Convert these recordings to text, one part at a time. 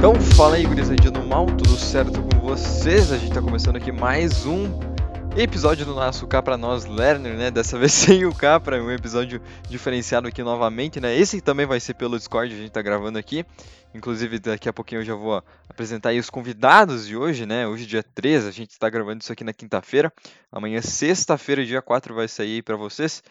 Então fala aí, gurizadinha do mal, tudo certo com vocês? A gente tá começando aqui mais um episódio do nosso Cá Pra Nós Learner, né? Dessa vez sem o Capra, um episódio diferenciado aqui novamente, né? Esse também vai ser pelo Discord, a gente tá gravando aqui. Inclusive, daqui a pouquinho eu já vou apresentar aí os convidados de hoje, né? Hoje, dia 3, a gente tá gravando isso aqui na quinta-feira. Amanhã, sexta-feira, dia 4, vai sair aí pra vocês.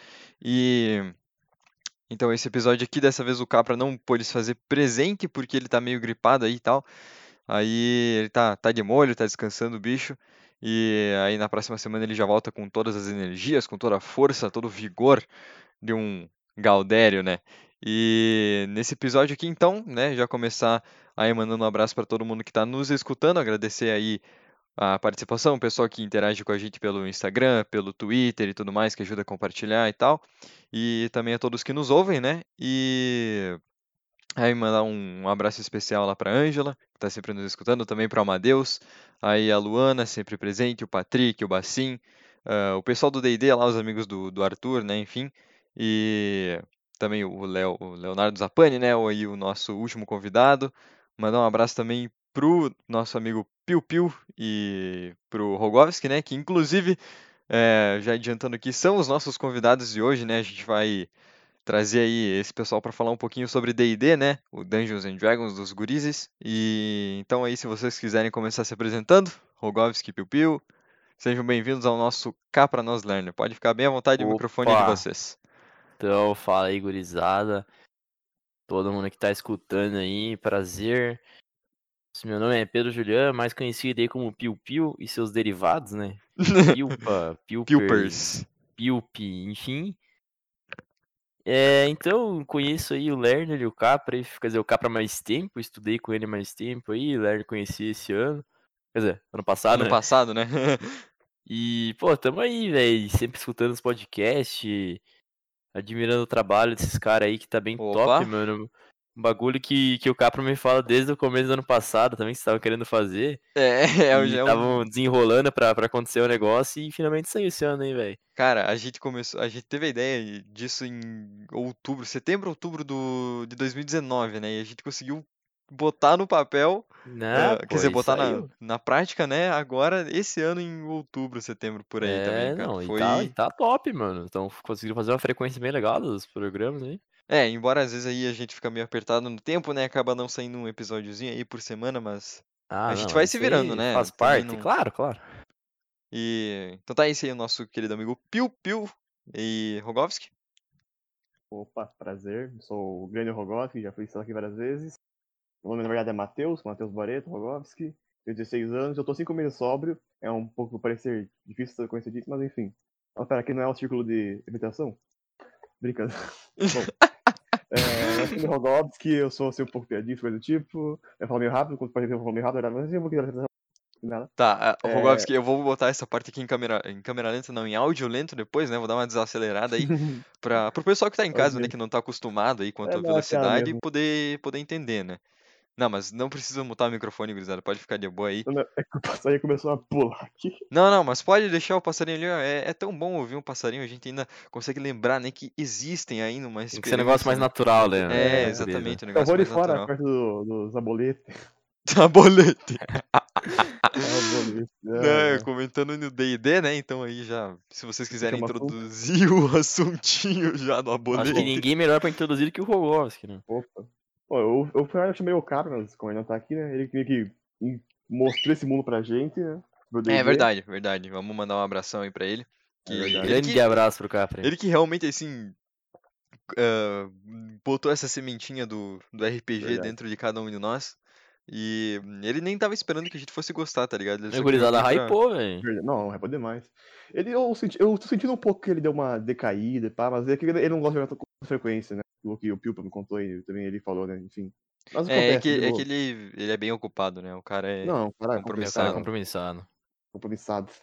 Então esse episódio aqui, dessa vez o Capra não pôde se fazer presente porque ele tá meio gripado aí e tal. Aí ele tá de molho, tá descansando o bicho. E aí na próxima semana ele já volta com todas as energias, com toda a força, todo o vigor de um Gaudério, né? E nesse episódio aqui então, né, já começar aí mandando um abraço para todo mundo que tá nos escutando, agradecer aí a participação, o pessoal que interage com a gente pelo Instagram, pelo Twitter e tudo mais, que ajuda a compartilhar e tal. E também a todos que nos ouvem, né? E aí mandar um abraço especial lá para Ângela, que está sempre nos escutando, também para o Amadeus, aí a Luana, sempre presente, o Patrick, o Bacim, o pessoal do D&D lá, os amigos do Arthur, né, enfim, e também o Leonardo Zappani, né, aí o nosso último convidado. Mandar um abraço também pro nosso amigo Piu Piu e pro Rogovski, né, que inclusive, já adiantando aqui, são os nossos convidados de hoje, né, a gente vai trazer aí esse pessoal para falar um pouquinho sobre D&D, né? O Dungeons and Dragons dos gurizes. E então aí, se vocês quiserem começar se apresentando, Rogovski, Piu Piu, sejam bem-vindos ao nosso Cá Pra Nós Learner. Pode ficar bem à vontade, o microfone é de Opa, vocês. então fala aí, gurizada, todo mundo que tá escutando aí, prazer. Meu nome é Pedro Julián, mais conhecido aí como Piu Piu e seus derivados, né? Pilpa, Pilpers. Pilpers, Pilp, enfim. Então, conheço aí o Lerner e o Capra, quer dizer, o Capra há mais tempo, estudei com ele há mais tempo aí, o Lerner conheci esse ano, quer dizer, ano passado, Ano né? passado, né? E, pô, tamo aí, velho, sempre escutando os podcasts, admirando o trabalho desses caras aí que tá bem top, Opa! mano. Um bagulho que o Capra me fala desde o começo do ano passado também, que estavam querendo fazer. Já E é estavam desenrolando pra acontecer o negócio e finalmente saiu esse ano, hein, velho. Cara, a gente teve a ideia disso em outubro, setembro, outubro de 2019, né? E a gente conseguiu botar no papel. Né, Quer pô, dizer, aí botar saiu. na prática, né? Agora, esse ano em outubro, setembro, por aí também, cara. Não, e Foi. tá top, mano. Então conseguiram fazer uma frequência bem legal dos programas aí. Embora às vezes aí a gente fica meio apertado no tempo, né? Acaba não saindo um episódiozinho aí por semana, mas Ah, a gente não, vai se isso virando, aí né? faz Também parte, não. claro, claro. Então tá esse aí o nosso querido amigo Piu Piu e Rogovski. Opa, prazer. Sou o Grêmio Rogovski, já fui aqui várias vezes. Meu nome na verdade é Matheus Barreto Rogovski. Tenho 16 anos, eu tô 5 meses sóbrio. É um pouco parecer difícil conhecer disso, mas enfim. Mas pera, aqui não é o círculo de imitação? Brincando. Bom, meu nome é Rogovski, eu sou assim, um pouco piadista, coisa do tipo. Eu falo meio rápido, quando pode ver eu falo meio rápido, mas eu vou quiser nada. Tá, É... Rogovski, eu vou botar essa parte aqui em câmera lenta, não, em áudio lento depois, né? Vou dar uma desacelerada aí pro pessoal que tá em casa, né? ok. Que não tá acostumado aí quanto à Não, é piada velocidade, mesmo. poder entender, né? Não, mas não precisa mutar o microfone, gurizada. Pode ficar de boa aí. É que o passarinho começou a pular aqui. Não, mas pode deixar o passarinho ali, ó. É tão bom ouvir um passarinho, a gente ainda consegue lembrar, né, que existem ainda uma Tem que ser um negócio esperança, mais né? natural, né? É, Na natureza. exatamente, um Eu negócio vou de mais fora, natural. perto dos aboletes. Tabolete. Aboletes. Né, comentando no D&D, né? Então aí já, se vocês Você quiserem chama assunto? introduzir o assuntinho já no Acho que Abolete. ninguém melhor pra introduzir do que o Rogovski, né? Opa. Pô, eu chamei o cara, mas como ele não tá aqui, né? Ele meio que mostrou esse mundo pra gente, né? Pro É D&D. verdade, verdade. Vamos mandar um abração aí pra ele. É Que verdade. Grande abraço pro Capra aí. ele que realmente assim ah, botou essa sementinha do RPG Verdade. dentro de cada um de nós. E ele nem tava esperando que a gente fosse gostar, tá ligado? Ele Meu só queria gurizada ouvir pra. hypou, velho. Verdade. Não, é bom demais. Eu tô sentindo um pouco que ele deu uma decaída e pá, mas é que ele não gosta de jogar com frequência, né? O que o Pilpa me contou e também ele falou, né? Enfim. Mas acontece, de É que boa. ele é bem ocupado, né? O cara é Não, caralho, O cara é compromissado. compromissado. compromissado. Compromissado.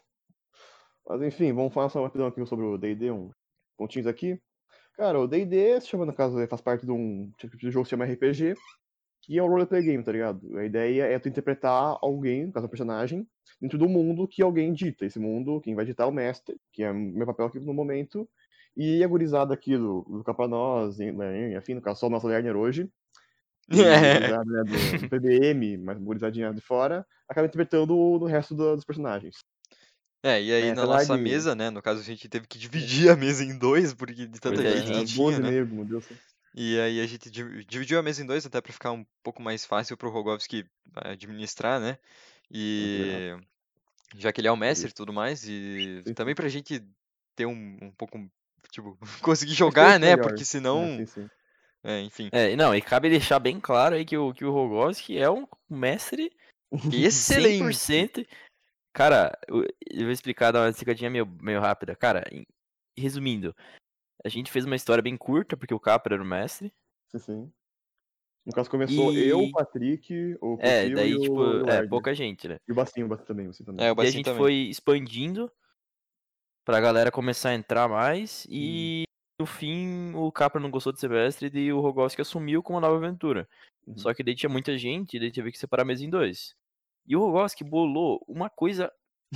Mas enfim, vamos falar só rapidão aqui sobre o D&D, uns pontinhos aqui. Cara, o D&D, se chama, no caso, faz parte de um tipo de jogo que se chama RPG, que é um roleplay game, tá ligado? A ideia é tu interpretar alguém, no caso, um personagem, dentro do mundo que alguém dita. Esse mundo, quem vai ditar é o mestre, que é o meu papel aqui no momento, e a gurizada aqui do Capanós, enfim, no caso, só o nosso Lerner hoje, e É. gurizada, né, do PBM, mas gurizadinha de fora, acaba interpretando no resto dos personagens. E aí na Apesar nossa de. mesa, né, no caso a gente teve que dividir a mesa em dois, porque de tanta Pois é, gente que As tinha, 12 né? nego, meu Deus. E aí a gente dividiu a mesa em dois até pra ficar um pouco mais fácil pro Rogovski administrar, né? E já que ele é o mestre e tudo mais, e Sim, também sim. pra gente ter um pouco, tipo, conseguir jogar, né? Melhor. Porque senão, Sim, sim. enfim, Não, e cabe deixar bem claro aí que o Rogovski é um mestre excelente. 100%. Cara, eu vou explicar, dar uma explicadinha meio rápida. Cara, resumindo, a gente fez uma história bem curta, porque o Capra era o mestre. Sim, sim. No caso, começou eu, o Patrick, o Possível Daí, e tipo, o Werner. pouca gente, né? E o Bacinho também, você também. O E a Bacinho gente também. foi expandindo pra galera começar a entrar mais. E no fim, o Capra não gostou do semestre e o Rogovski assumiu com uma nova aventura. Só que daí tinha muita gente e daí teve que separar a mesa em dois. E o Rogovski bolou uma coisa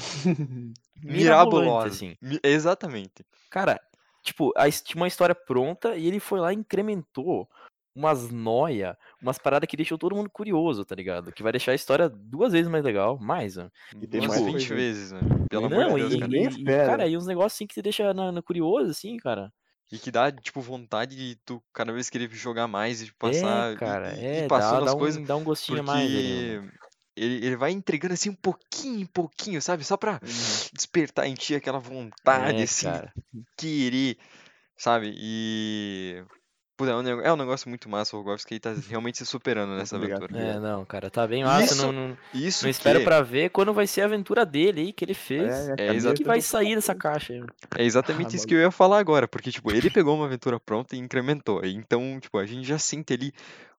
mirabolante, Mirabulosa. assim. Exatamente. Cara, tipo, tinha uma história pronta e ele foi lá e incrementou umas noia, umas paradas que deixou todo mundo curioso, tá ligado? Que vai deixar a história 2 vezes mais legal, mais, né? E tem Umas mais 20 coisa. vezes, né? Pelo amor de Não, Deus, e- cara. nem espera. cara, e uns negócios assim que te deixa no curioso, assim, cara. E que dá, tipo, vontade de tu cada vez querer jogar mais e passar Cara, e passando as coisas, dá um gostinho a mais ali, porque mano. ele vai entregando assim um pouquinho em pouquinho, sabe? Só pra despertar em ti aquela vontade, assim, de Cara. querer, sabe? E. Puta, é um negócio muito massa, o Rogovski tá realmente se superando nessa Obrigado. aventura. Não, cara, tá bem massa. Isso, Não isso espero que pra ver quando vai ser a aventura dele aí, que ele fez. é O que exato. que vai sair dessa caixa aí? É exatamente isso que eu ia falar agora, porque, tipo, ele pegou uma aventura pronta e incrementou. Então, tipo, a gente já sente ali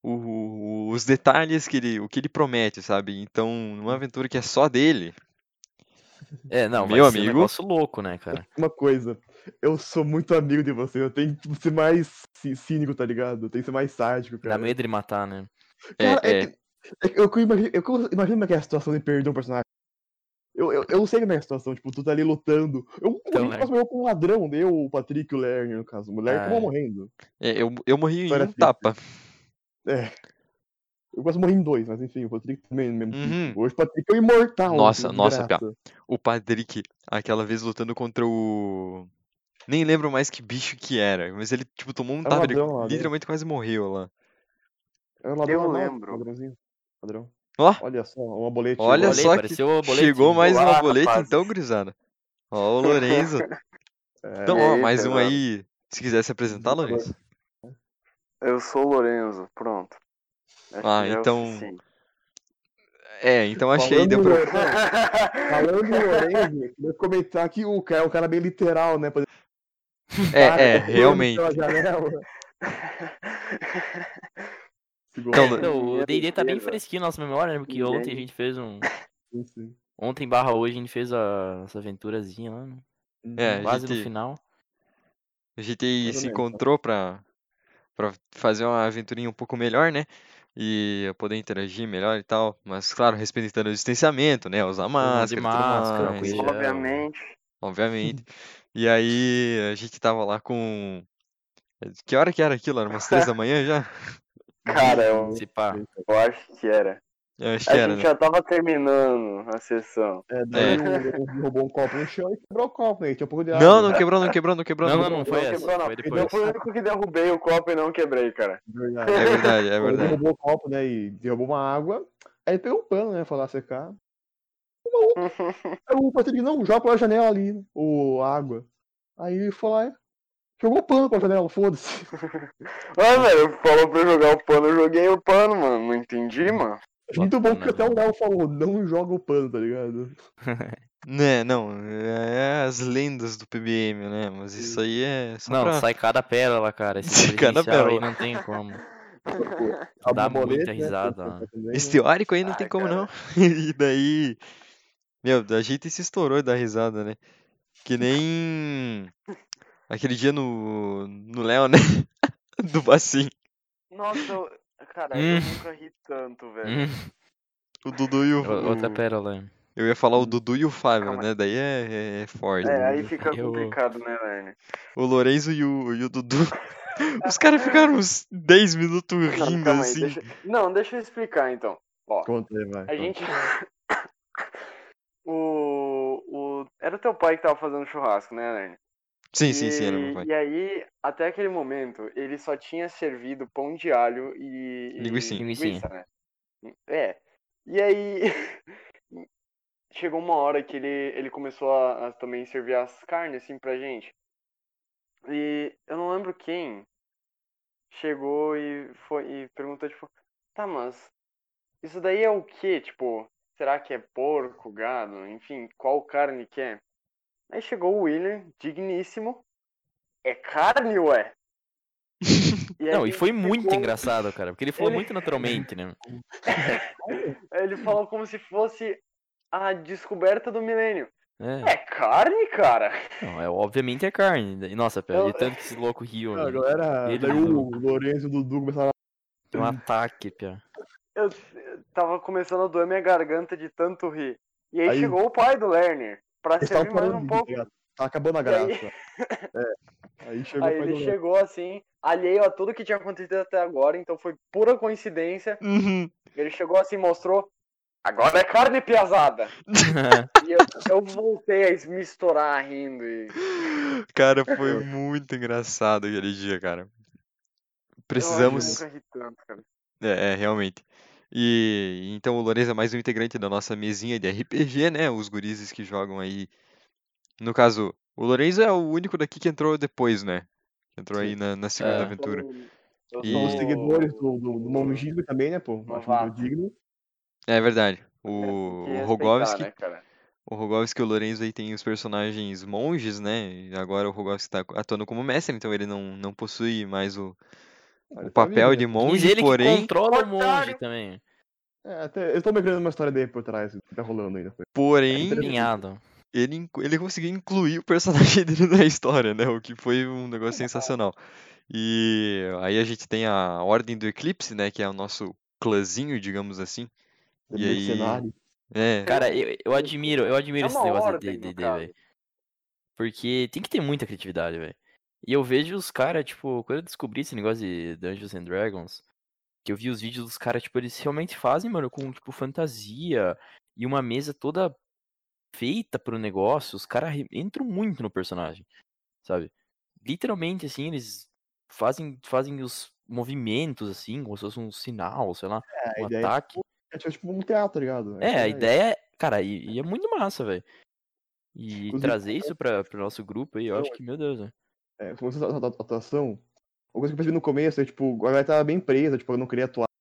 os detalhes o que ele promete, sabe? Então, numa aventura que é só dele, Não, vai meu ser um amigo, negócio louco, né, cara? Uma coisa, eu sou muito amigo de você, eu tenho que ser mais cínico, tá ligado? Eu tenho que ser mais sádico, Dá cara. medo de matar, né? Cara, é, eu imagino como é que é a situação de perder um personagem. Eu não sei como é a situação, tipo, tu tá ali lutando. Então, A gente quase morreu com um ladrão, eu, o Patrick e o Lerner, no caso. O Lerner acabou morrendo. eu morri em História um triste. tapa. É. Eu quase morri em 2, mas enfim, o Patrick também no mesmo Uhum. pique. Hoje o Patrick é o imortal. Nossa, desgraça. Pia. O Patrick, aquela vez lutando contra o. Nem lembro mais que bicho que era, mas ele, tipo, tomou um Era um tapa, ele ladrão lá, né? literalmente quase morreu lá. Era um ladrão Eu normal, lembro. ladrãozinho. Ladrão. Ó, Olha só, uma bolete olha chegou. só que Apareceu o boletim. chegou mais uma Olá, boleta rapazes. então, gurizada. Ó, o Lorenzo. Então, E ó, aí, mais um pesado? aí. Se quiser se apresentar, Lourenço. Eu sou o Lorenzo, pronto. Acho que já é o Então. suficiente. Então achei, Falando deu em pra. Falando em Lorenzo, queria comentar que o cara é um cara bem literal, né? Realmente. Pela janela. Então, Então, o D&D tá bem Beleza. fresquinho na nossa memória, né? Porque Ninguém- ontem a gente fez um... Sim. Ontem barra hoje a gente fez essa aventurazinha lá, né? a Quase no gente, final. a gente aí Mais ou se menos. encontrou pra fazer uma aventurinha um pouco melhor, né? E eu poder interagir melhor e tal. Mas, claro, respeitando o distanciamento, né? Usar Todo mundo de máscara e tudo máscara, mais. álcool em gel. Obviamente. Obviamente. E aí a gente tava lá com. Que hora que era aquilo? Era umas 3 da manhã já? Cara, eu Se pá. acho que era. Eu acho A que era, gente né? já tava terminando a sessão. Daí o Lorenzo roubou um copo no chão e quebrou o copo, né? Tinha um pouco de água. Não quebrou, não quebrou, não quebrou. Não foi Não essa. quebrou, não. Foi Eu depois. fui o único que derrubei o copo e não quebrei, cara. Verdade. É verdade, é Ele verdade. roubou o copo, né? E derrubou uma água. Aí ele pegou um pano, né? Foi lá secar. Aí o Patrick, não, joga pela janela ali, a água. Aí ele foi lá e jogou o pano pela janela, foda-se. Velho, falou pra eu jogar o pano, eu joguei o pano, mano. Não entendi, mano. Muito bom que Bacana, até o Léo falou, não joga o pano, tá ligado? Né, não, é as lendas do PBM, né? Mas isso aí é só Não, pra. sai cada pérola, cara. Esse Sai cada presencial aí pérola. não tem como. A Dá borboleta, muita né, risada. foi também, né? Esse teórico aí não tem Ai, como cara. não. E daí. Meu, a gente se estourou da risada, né? Que nem. Aquele dia no Léo, né? Do Bacim. Nossa, cara, Hum. eu nunca ri tanto, velho. O Dudu e Outra pérola. Eu ia falar o Dudu e o Fábio, Calma né? Daí é forte. É, aí fica Eu- complicado, né, Lerner? O Lorenzo e o Dudu. Os caras ficaram uns 10 minutos Não, rindo calma aí, assim. deixa eu explicar então. Ó, Conta aí, vai. a conta. gente. Era o teu pai que tava fazendo churrasco, né, Lerner? Sim, era meu pai. E aí, até aquele momento, ele só tinha servido pão de alho e Linguicinha. linguiça, né? É. E aí, chegou uma hora que ele começou a também servir as carnes, assim, pra gente. E eu não lembro quem chegou e perguntou, tipo, tá, mas isso daí é o quê? Tipo, será que é porco, gado? Enfim, qual carne que é? Aí chegou o William, digníssimo. É carne, ué? E a Não, e gente foi muito ficou- engraçado, cara, porque ele falou Ele- muito naturalmente, né? Ele falou como se fosse a descoberta do milênio. É. É carne, cara? Não, obviamente é carne. E nossa, Pé, Eu- e tanto que esse louco riu, A né? galera, Ele daí riu. o Lourenço e o Dudu começaram Tem um ataque, Pé. Eu tava começando a doer minha garganta de tanto rir. E aí, Aí- chegou o pai do Lerner pra Eles estavam servir mais parando um de rir, pouco. tá ligado? Tá acabando a E aí- graça. Aí chegou Aí o pai ele do Léo. chegou assim, alheio a tudo que tinha acontecido até agora, então foi pura coincidência. Uhum. Ele chegou assim, mostrou. Agora é carne pesada. E eu voltei a me estourar rindo. Cara, foi muito engraçado aquele dia, cara. Eu acho que eu Precisamos. nunca ri tanto, cara. Realmente. E então o Lourenço é mais um integrante da nossa mesinha de RPG, né? Os gurizes que jogam aí. No caso, o Lourenço é o único daqui que entrou depois, né? Que entrou aí na segunda É. aventura. Eu E- Os sou seguidores do Mongigo também, né, pô? Acho novato. muito digno. É verdade. Tem que O respeitar, Rogovski, né, cara? o Rogovski e o Lourenço aí tem os personagens monges, né? E agora o Rogovski tá atuando como mestre, então ele não possui mais o Ele tá papel vivo, de né? Diz monge, ele que porém, controla o monge Otário! também. Eu tô me lembrando uma história dele por trás, que tá rolando ainda. porém, Pinhado. ele conseguiu incluir o personagem dele na história, né? O que foi um negócio sensacional. E aí a gente tem a Ordem do Eclipse, né? Que é o nosso clãzinho, digamos assim. E aí. Mercenário. Cara, eu admiro É esse uma negócio de ordem, no D&D, caso. velho. Porque tem que ter muita criatividade, velho. E eu vejo os caras, tipo, quando eu descobri esse negócio de Dungeons and Dragons, que eu vi os vídeos dos caras, tipo, eles realmente fazem, mano, com, tipo, fantasia e uma mesa toda feita pro negócio. Os caras entram muito no personagem, sabe? Literalmente, assim, eles fazem os movimentos, assim, como se fosse um sinal, sei lá, A um ideia ataque. é tipo um teatro, tá ligado? A ideia é, cara, e é muito massa, velho. E Inclusive, trazer isso pro nosso grupo aí, eu acho que, meu Deus, né? se você a atuação, uma coisa que eu percebi no começo é, tipo, a galera tava bem presa, tipo, eu não queria atuar.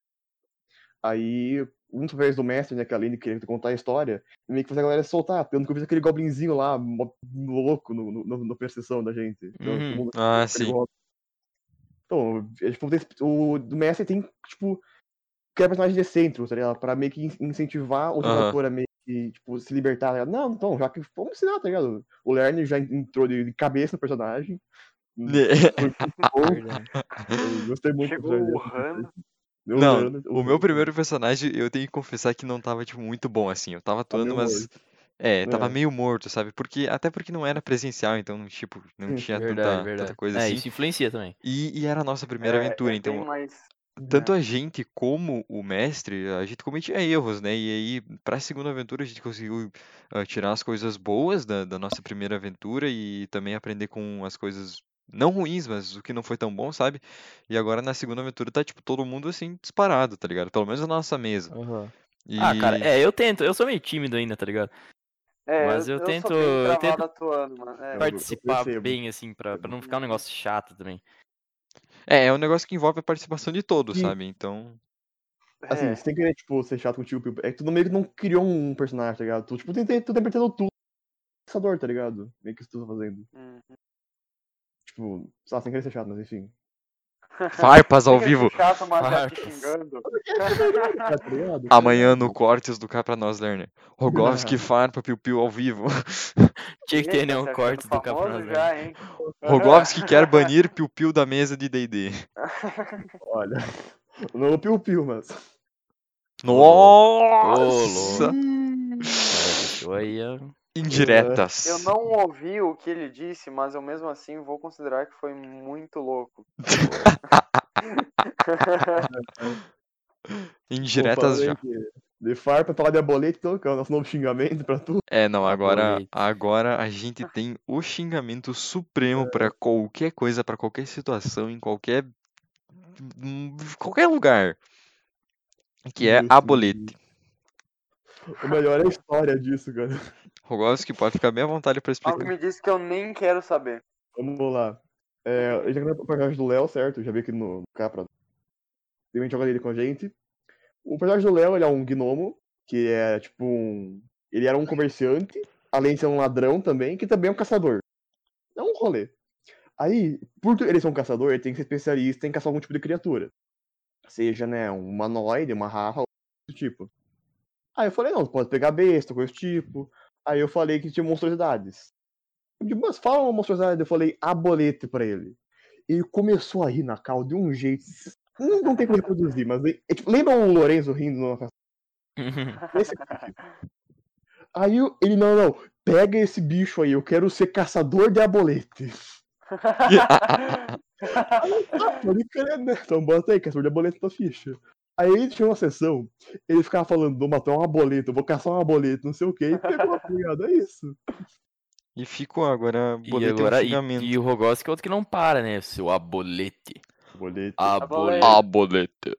Aí, um dos papéis do mestre, né, que além de querer contar a história, meio que fazer a galera soltar, tanto que eu fiz aquele goblinzinho lá, louco, na percepção da gente. Então, Uhum. todo mundo Ah, aquele sim. goblin. Então, tipo, o do mestre tem, tipo, criar personagem de excêntrico, tá ligado? Pra meio que incentivar o Aham. jogador a meio que, tipo, se libertar, tá ligado? Não, então, já que vamos ensinar, tá ligado? O Lerner já entrou de cabeça no personagem. Foi muito bom. Verdade. Eu gostei muito do Chegou personagem. urrando. Não, o meu primeiro personagem, eu tenho que confessar que não tava, tipo, muito bom, assim. Eu tava atuando, meio mas. Tava meio morto, sabe? Até porque não era presencial, então, tipo, não tinha Verdade, tanta verdade. coisa assim. Isso influencia também. E era a nossa primeira aventura, Bem então, mais... tanto a gente como o mestre, a gente cometia erros, né? E aí, pra segunda aventura, a gente conseguiu tirar as coisas boas da nossa primeira aventura e também aprender com as coisas não ruins, mas o que não foi tão bom, sabe? E agora na segunda aventura tá, tipo, todo mundo assim, disparado, tá ligado? Pelo menos na nossa mesa. Ah, cara, E. eu sou meio tímido ainda, tá ligado? Mas eu eu tento- sou bem eu travado tento atuando, mano. Participar percebo. bem, assim, pra não ficar um negócio chato também. É um negócio que envolve a participação de todos, Sim. sabe? Então. Assim, você tem que querer, tipo, ser chato contigo, é que tu meio que não criou um personagem, tá ligado? Tu, tipo, tu tá interpretando tudo pensador, tá ligado? Meio que isso tu tá fazendo. Uhum. Tipo, sei lá, sem querer ser chato, mas enfim. Farpas ao Fica vivo. chato, mas já te Farpas. xingando. Tá ligado? Amanhã no Cortes do Cá pra Nós Lerner. Rogovski farpa piu-piu ao vivo. Tinha que ter, né, Eita, um se achando corte do famoso Capraz. já, hein? Rogovski quer banir piu-piu da mesa de D&D. Olha. Não piu-piu, mas. Nossa! Cara, deixou aí, ó. Indiretas. Eu não ouvi o que ele disse, mas eu mesmo assim vou considerar que foi muito louco. Indiretas já. De farpa, falar de abolete, então, que é o nosso novo xingamento pra tudo. É, não, Abolete. agora a gente tem o xingamento supremo pra qualquer coisa, pra qualquer situação, em qualquer lugar, que é Isso. abolete. O melhor é a história disso, cara. Rogovski pode ficar bem à vontade pra Algo explicar. me disse que eu nem quero saber. Vamos lá. A gente tá o personagem do Léo, certo? Já vi aqui no Capra. Tem gente joga ele com a gente. O personagem do Léo, ele é um gnomo, que é tipo um. Ele era um comerciante, além de ser um ladrão também, que também é um caçador. É um rolê. Aí, por ele ser um caçador, ele tem que ser especialista em caçar algum tipo de criatura. Seja, né, um humanoide, uma raça, algo do tipo. Aí eu falei, não, pode pegar besta, coisa do tipo. Aí eu falei que tinha monstruosidades. Eu digo, mas fala uma monstruosidade. Eu falei abolete pra ele. Ele começou a rir na cal de um jeito. Não tem como reproduzir, mas tipo, lembra o Lorenzo rindo numa festa? Nesse sentido. Aí ele, não, pega esse bicho aí, eu quero ser caçador de abolete. Pode crer, né? Então bota aí, caçador de abolete na ficha. Aí tinha uma sessão, ele ficava falando, vou matar uma boleta, vou caçar uma boleta, não sei o que, e pegou, tá ligado? É isso. E ficou agora, E boleto é um agora, xingamento. e o Rogoski é outro que não para, né? Seu abolete. Bolete. Abolete. Abolete.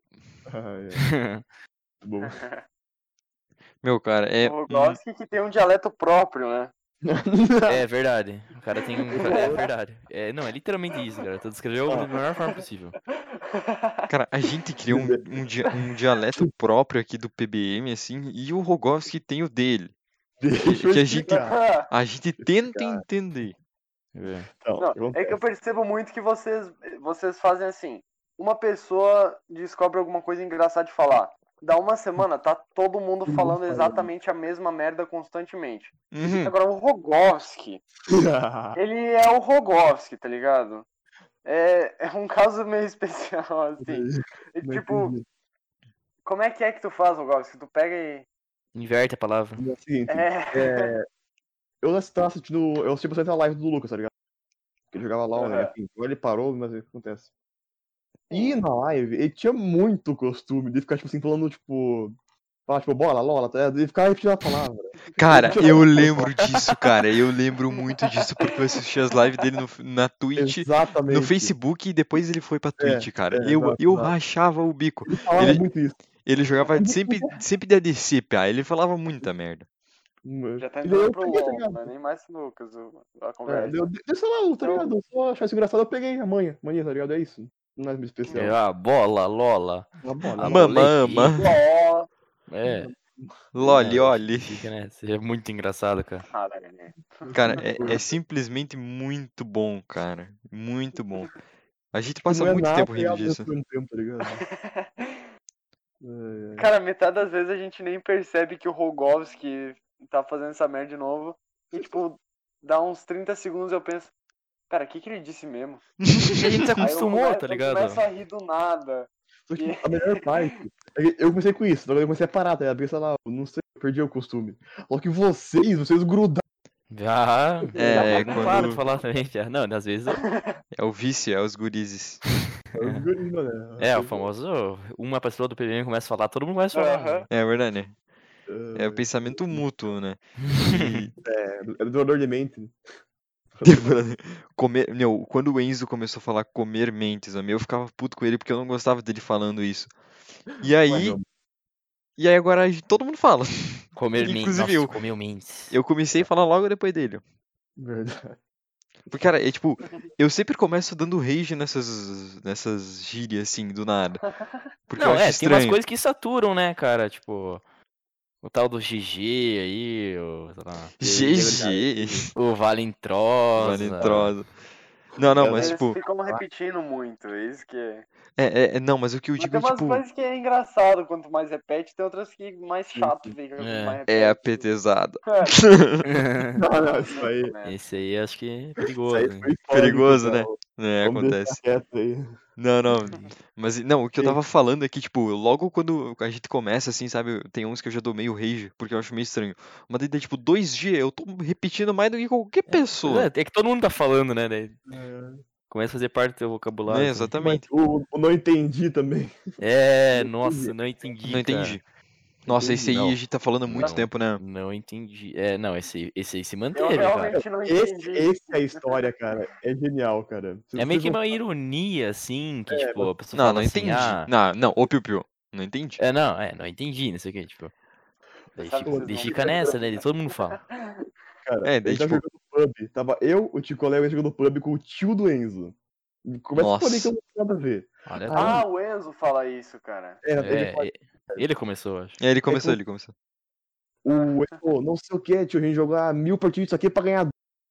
Bom. Meu, cara, é. O Rogoski que tem um dialeto próprio, né? É verdade. O cara tem um. É verdade. Não, é literalmente isso, cara. Tu descreveu da melhor forma possível. Cara, a gente criou um dialeto próprio aqui do PBM, assim, e o Rogovski tem o dele. Deixa eu Que explicar. a gente tenta entender. Então, Não, o que é que eu acontece? percebo muito que vocês fazem assim. Uma pessoa descobre alguma coisa engraçada de falar. Dá uma semana, tá todo mundo Todo mundo falando falando. exatamente a mesma merda constantemente. Uhum. Agora, o Rogovski, ele é o Rogovski, tá ligado? É um caso meio especial, assim. E, Não tipo, entendi. como é que tu faz, Rogovski? Tu pega e... Inverte a palavra. É o seguinte, É... eu tava assistindo, eu assisti bastante a live do Lucas, tá ligado? Que ele jogava LOL, né? Aham. Enfim, agora ele parou, mas o que acontece? E na live, ele tinha muito costume de ficar, tipo assim, falando, tipo... Falar, tipo, bola, lola, tá ligado? E ficar repetindo a palavra. Cara, eu lembro disso, cara. Eu lembro muito disso porque eu assisti as lives dele na Twitch, Exatamente. no Facebook e depois ele foi pra Twitch, cara. exato, Eu exato. rachava o bico. Ele falava muito isso. Ele jogava sempre de ADC, pá. Ele falava muita merda. Já tá E daí eu entrando pro peguei, tá LoL, ligado? não é nem mais Lucas a conversa. Sei lá, tá Então- ligado? Eu só achava isso engraçado, eu peguei a mania, tá ligado? É isso. Não é muito especial. Bola, lola. Uma bola. Mama. LoL. É. Loli, olhe. Fica, né? É muito engraçado, cara. Caralho. Cara, é simplesmente muito bom, cara. Muito bom. A gente passa Não é muito nada, tempo tá rindo ligado? disso. Ao mesmo tempo, tá ligado? É, Cara, metade das vezes a gente nem percebe que o Rogovski tá fazendo essa merda de novo. E, tipo, dá uns 30 segundos eu penso, cara, o que ele disse mesmo? E a gente se Aí eu acostumou, começo- tá eu ligado? começo a rir do nada. Só que a melhor parte é que eu comecei com isso, eu comecei a parar, tá ligado? Porque, sei lá, eu não sei, eu perdi o costume. Só que vocês grudaram. Já. É, Não quando- para de falar também, já. Não, às vezes. É o vício, é os gurizes. Os guris, mano. O famoso. Uma pessoa do PBM começa a falar, todo mundo começa a falar. Aham. É verdade. É o pensamento mútuo, né? E, É doador de mente. Né? quando o Enzo começou a falar comer mentes, eu ficava puto com ele porque eu não gostava dele falando isso. E aí agora todo mundo fala. Comer mentes. Inclusive Nossa, eu. comeu mentes. Eu comecei a falar logo depois dele. Verdade. Porque, cara, eu sempre começo dando rage nessas gírias, assim, do nada. Porque eu Não, acho tem umas estranho. coisas que saturam, né, cara? Tipo. O tal do GG aí, sei lá, GG. o Valentrosa. Valentrosa. Não, mas Eles tipo. ficam repetindo muito, é isso que é. Não, mas o que eu Mas digo tem é umas tipo. coisas que é engraçado, quanto mais repete, tem outras que mais chato fica, quanto mais repete. É a petezada. Não, isso aí. Esse aí acho que é Isso perigoso. aí Hein? foi histórico, Perigoso, cara. né? Vamos deixar acontece. quieto aí. Não. Mas não, o que eu Sim. tava falando é que, tipo, logo quando a gente começa, assim, sabe? Tem uns que eu já dou meio rage, porque eu acho meio estranho. Mas daí, tipo, 2 dias eu tô repetindo mais do que qualquer pessoa. É que todo mundo tá falando, né? Daí É. começa a fazer parte do teu vocabulário. Né, Assim. Mas exatamente. o não entendi também. Nossa, não entendi, Não cara. entendi. Nossa, esse aí Não, a gente tá falando há muito não, tempo, né? não entendi. Não, esse aí se Eu manteve, cara. realmente não entendi. Esse é a história, cara. É genial, cara. É meio Vocês que não- uma ironia, assim, que, tipo, a pessoa Não, fala não assim, entendi. Não, ô Piu Piu. Não entendi. não entendi, não sei o que, tipo. Daí Sabe que vocês daí não fica entendem. nessa, né? Todo mundo fala. Cara, É, a daí, gente tava tipo, jogando pub. Tava eu, o Tico Léo jogando pub com o tio do Enzo. Começa por aí que eu nossa. não tenho nada a ver. Olha, Ah, o Enzo fala isso, cara. Ele fala, ele começou, acho. É, ele começou. o Enzo falou, não sei o que, tio, a gente jogar 1000 partidas disso aqui pra ganhar.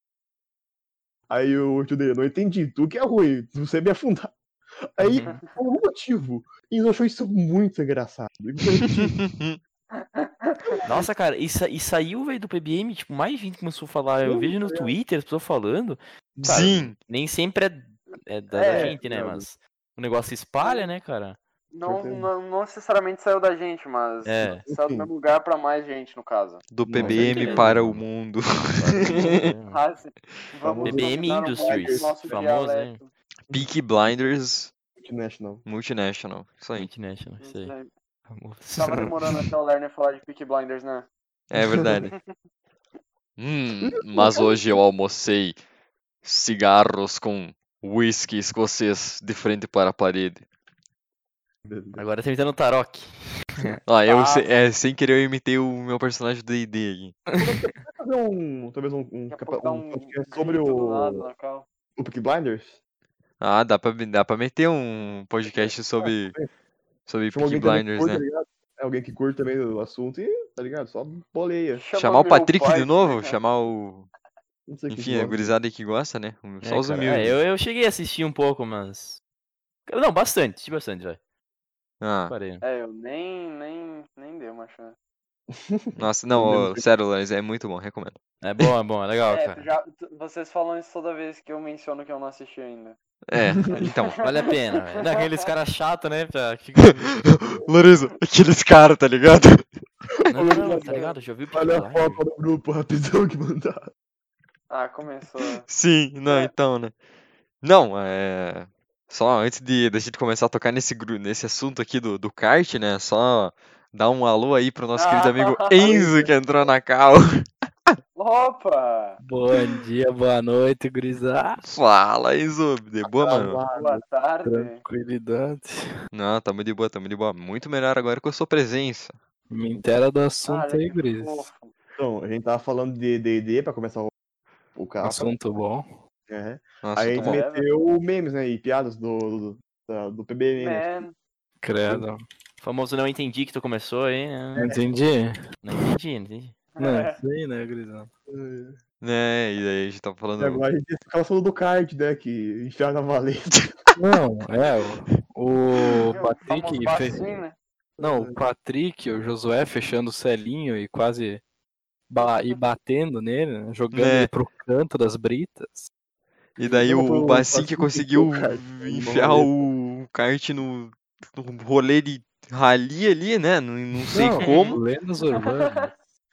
Aí o tio dele, não entendi, tu que é ruim, você me afundar. Aí, por algum motivo, Enzo achou isso muito engraçado. E começou a repetir. Nossa, cara, e saiu, velho, do PBM, tipo, mais gente começou a falar. Eu vejo no Twitter as pessoas falando. Claro, Sim. nem sempre é da É, gente, né? Mas o negócio se espalha, né, cara? Não necessariamente saiu da gente, mas É. saiu do Enfim. mesmo lugar pra mais gente, no caso. Do Com PBM certeza, para o mano. mundo. Ah, sim. Vamos PBM dominar o Industries, nosso famoso, hein? dialeto. Peaky Blinders Multinational. Multinational. Isso aí. Multinational, isso aí. Famoso. Tava demorando até o Lerner falar de Peaky Blinders, né? É verdade. Mas hoje eu almocei cigarros com whisky escocês de frente para a parede. Agora tá imitando o Tarok. Sem querer eu imitei o meu personagem do D&D aqui. Fazer talvez um Daqui a pouco dá podcast sobre grito do nada o na cal. Peaky Blinders? Ah, dá pra meter um podcast sobre Chama Peaky alguém também que Blinders, curte, tá né? ligado? É alguém que curte também o assunto e, tá ligado? Só boleia. Chamar o meu Patrick pai de novo, também. chamar o... Não sei o que Enfim, a gosta. gurizada aí que gosta, né? Só os Cara, humildes. eu cheguei a assistir um pouco, mas. Não, bastante, assisti bastante, velho. Ah, Parei. Eu nem dei uma chance. nossa, Não não, devo ô, ter- sério, Lares, é muito bom, recomendo. É bom, é legal, cara. Vocês falam isso toda vez que eu menciono que eu não assisti ainda. É, então. Vale a pena, velho. Não, aqueles caras chatos, né? Larissa, aqueles caras, tá ligado? Não, tá ligado? Já viu o Peaky Olha a Blinders? foto do grupo rapidão que mandaram. Ah, começou. Sim, não, É. então, né? Não, só antes da gente começar a tocar nesse assunto aqui do kart, né? Só dar um alô aí pro nosso querido amigo Enzo que entrou na cal. Opa! Bom dia, boa noite, gurizada. Fala, Enzo, de boa, mano? Boa tarde. Tranquilidade. Não, tamo de boa, tamo de boa. Muito melhor agora com a sua presença. Me intera do assunto Olha aí, que guris. fofo. Então, a gente tava falando de D&D pra começar o capa. Assunto bom. É. Nossa, Aí a tô gente bom. meteu memes, né? E piadas do PBM, né? Man, Credo. Famoso não entendi que tu começou aí, Não né? entendi? Não entendi. Não, isso aí, né, gurizada? Né, e aí a gente tava E falando. agora a gente ficava falando do kart, né? Que enfiaram na valeta. Não, o famoso Patrick fez. bacinho, né? Não, o Patrick, o Josué fechando o celinho e quase batendo nele, né, jogando Né. ele pro canto das britas. E daí Não, foi o o Bacinho Bacinho que que conseguiu enfiou o kart numa enfiar valeta. o kart no rolê de rally ali, né? Não sei Não, como. lendas urbanas.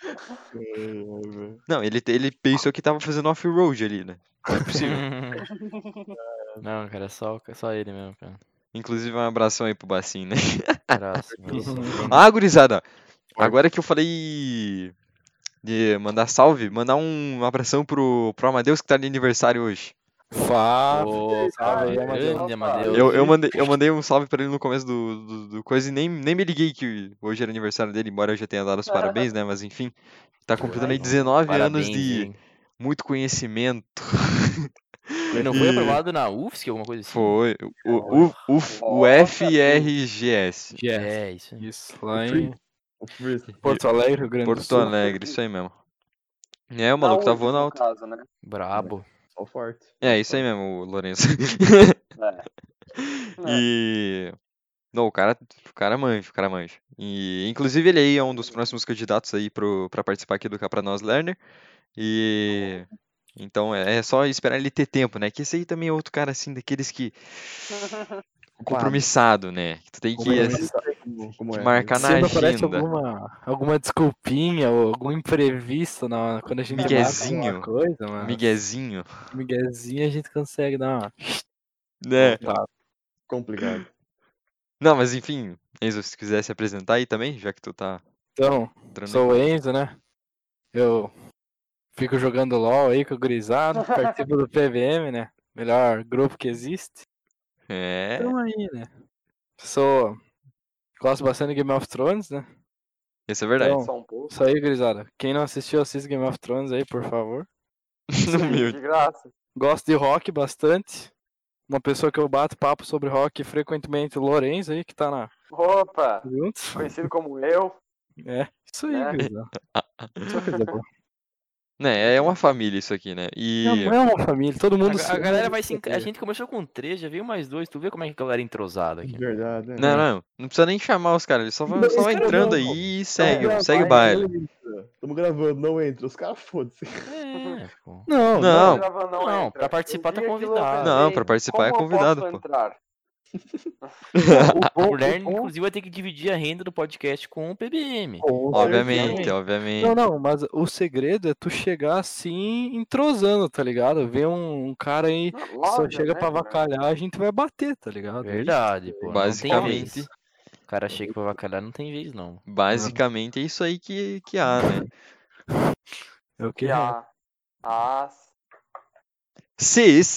Não, ele pensou que tava fazendo off-road ali, né? Não é possível. Não, cara, é só ele mesmo, cara. Inclusive, um abração aí pro Bacinho, né? Abraço, Ah, gurizada, agora que eu falei de mandar salve, mandar um abração pro Amadeus que tá de aniversário hoje. Salve aí, Amadeu. grande Opa. Amadeus. Eu mandei um salve pra ele no começo do coisa e nem me liguei que hoje era aniversário dele, embora eu já tenha dado os parabéns, né? Mas enfim, tá completando aí 19 anos Parabéns, de hein? muito conhecimento. E não foi aprovado na UFSC, alguma coisa assim? Foi. O FRGS. É, isso aí. Isso, lá em O First. Porto Alegre, Rio Grande do Porto Sul. Alegre, isso aí mesmo. É, o Na maluco tá UFS, voando no alto. caso, né? Brabo. Só forte. É, isso aí mesmo, o Lourenço. É. E. Não, o cara manja, o cara manja. E, inclusive, ele aí é um dos próximos candidatos aí pra participar aqui do Cá Pra Nós Lerner. E. Então é só esperar ele ter tempo, né? Que esse aí também é outro cara assim, daqueles que. Compromissado, né? Que tu tem que Como é. marcar na Sempre aparece agenda. alguma desculpinha ou algum imprevisto quando a gente marca Miguezinho. alguma coisa, mas Miguezinho. miguezinho a gente consegue dar uma Né? voltada. Complicado. Não, mas enfim, Enzo, se quiser se apresentar aí também, já que tu tá Então, entrando sou o aí. Enzo, né? Eu fico jogando LOL aí com o gurizado, participo do PVM, né? Melhor grupo que existe. É. Então aí, né? Gosto bastante de Game of Thrones, né? Isso é verdade. Então, Só um pouco. isso aí, gurizada. Quem não assistiu, assista Game of Thrones aí, por favor. Humilde. De graça. Gosto de rock bastante. Uma pessoa que eu bato papo sobre rock frequentemente, o Lourenço aí, que tá na Opa! juntos. Conhecido como eu. É, isso aí, Né? gurizada. Só coisa boa. Né, é uma família isso aqui, né? E. Não é uma família, todo mundo A galera vai se. A encaixar. gente começou com 3, já veio mais 2. Tu vê como é que a galera é entrosada aqui. Verdade, né? Não precisa nem chamar os caras, eles só vai entrando aí e segue o baile. Estamos gravando, não entra. Os caras foda-se. É, pô. Não, Não. Não, entra. pra participar O tá dia que convidado. Não, Logan pra vem, participar é como eu convidado, posso pô. entrar? O Guilherme, inclusive, vai ter que dividir a renda do podcast com o PBM. Obviamente, Não, obviamente. não, mas o segredo é tu chegar assim, entrosando, tá ligado? Ver um cara aí, Não, só lógico, chega né, pra Guilherme? avacalhar, a gente vai bater, tá ligado? Verdade, pô. Não tem Basicamente. vez. O cara chega pra avacalhar, não tem vez, não. Basicamente é isso aí que há, né? É o que Que a... As... Cis.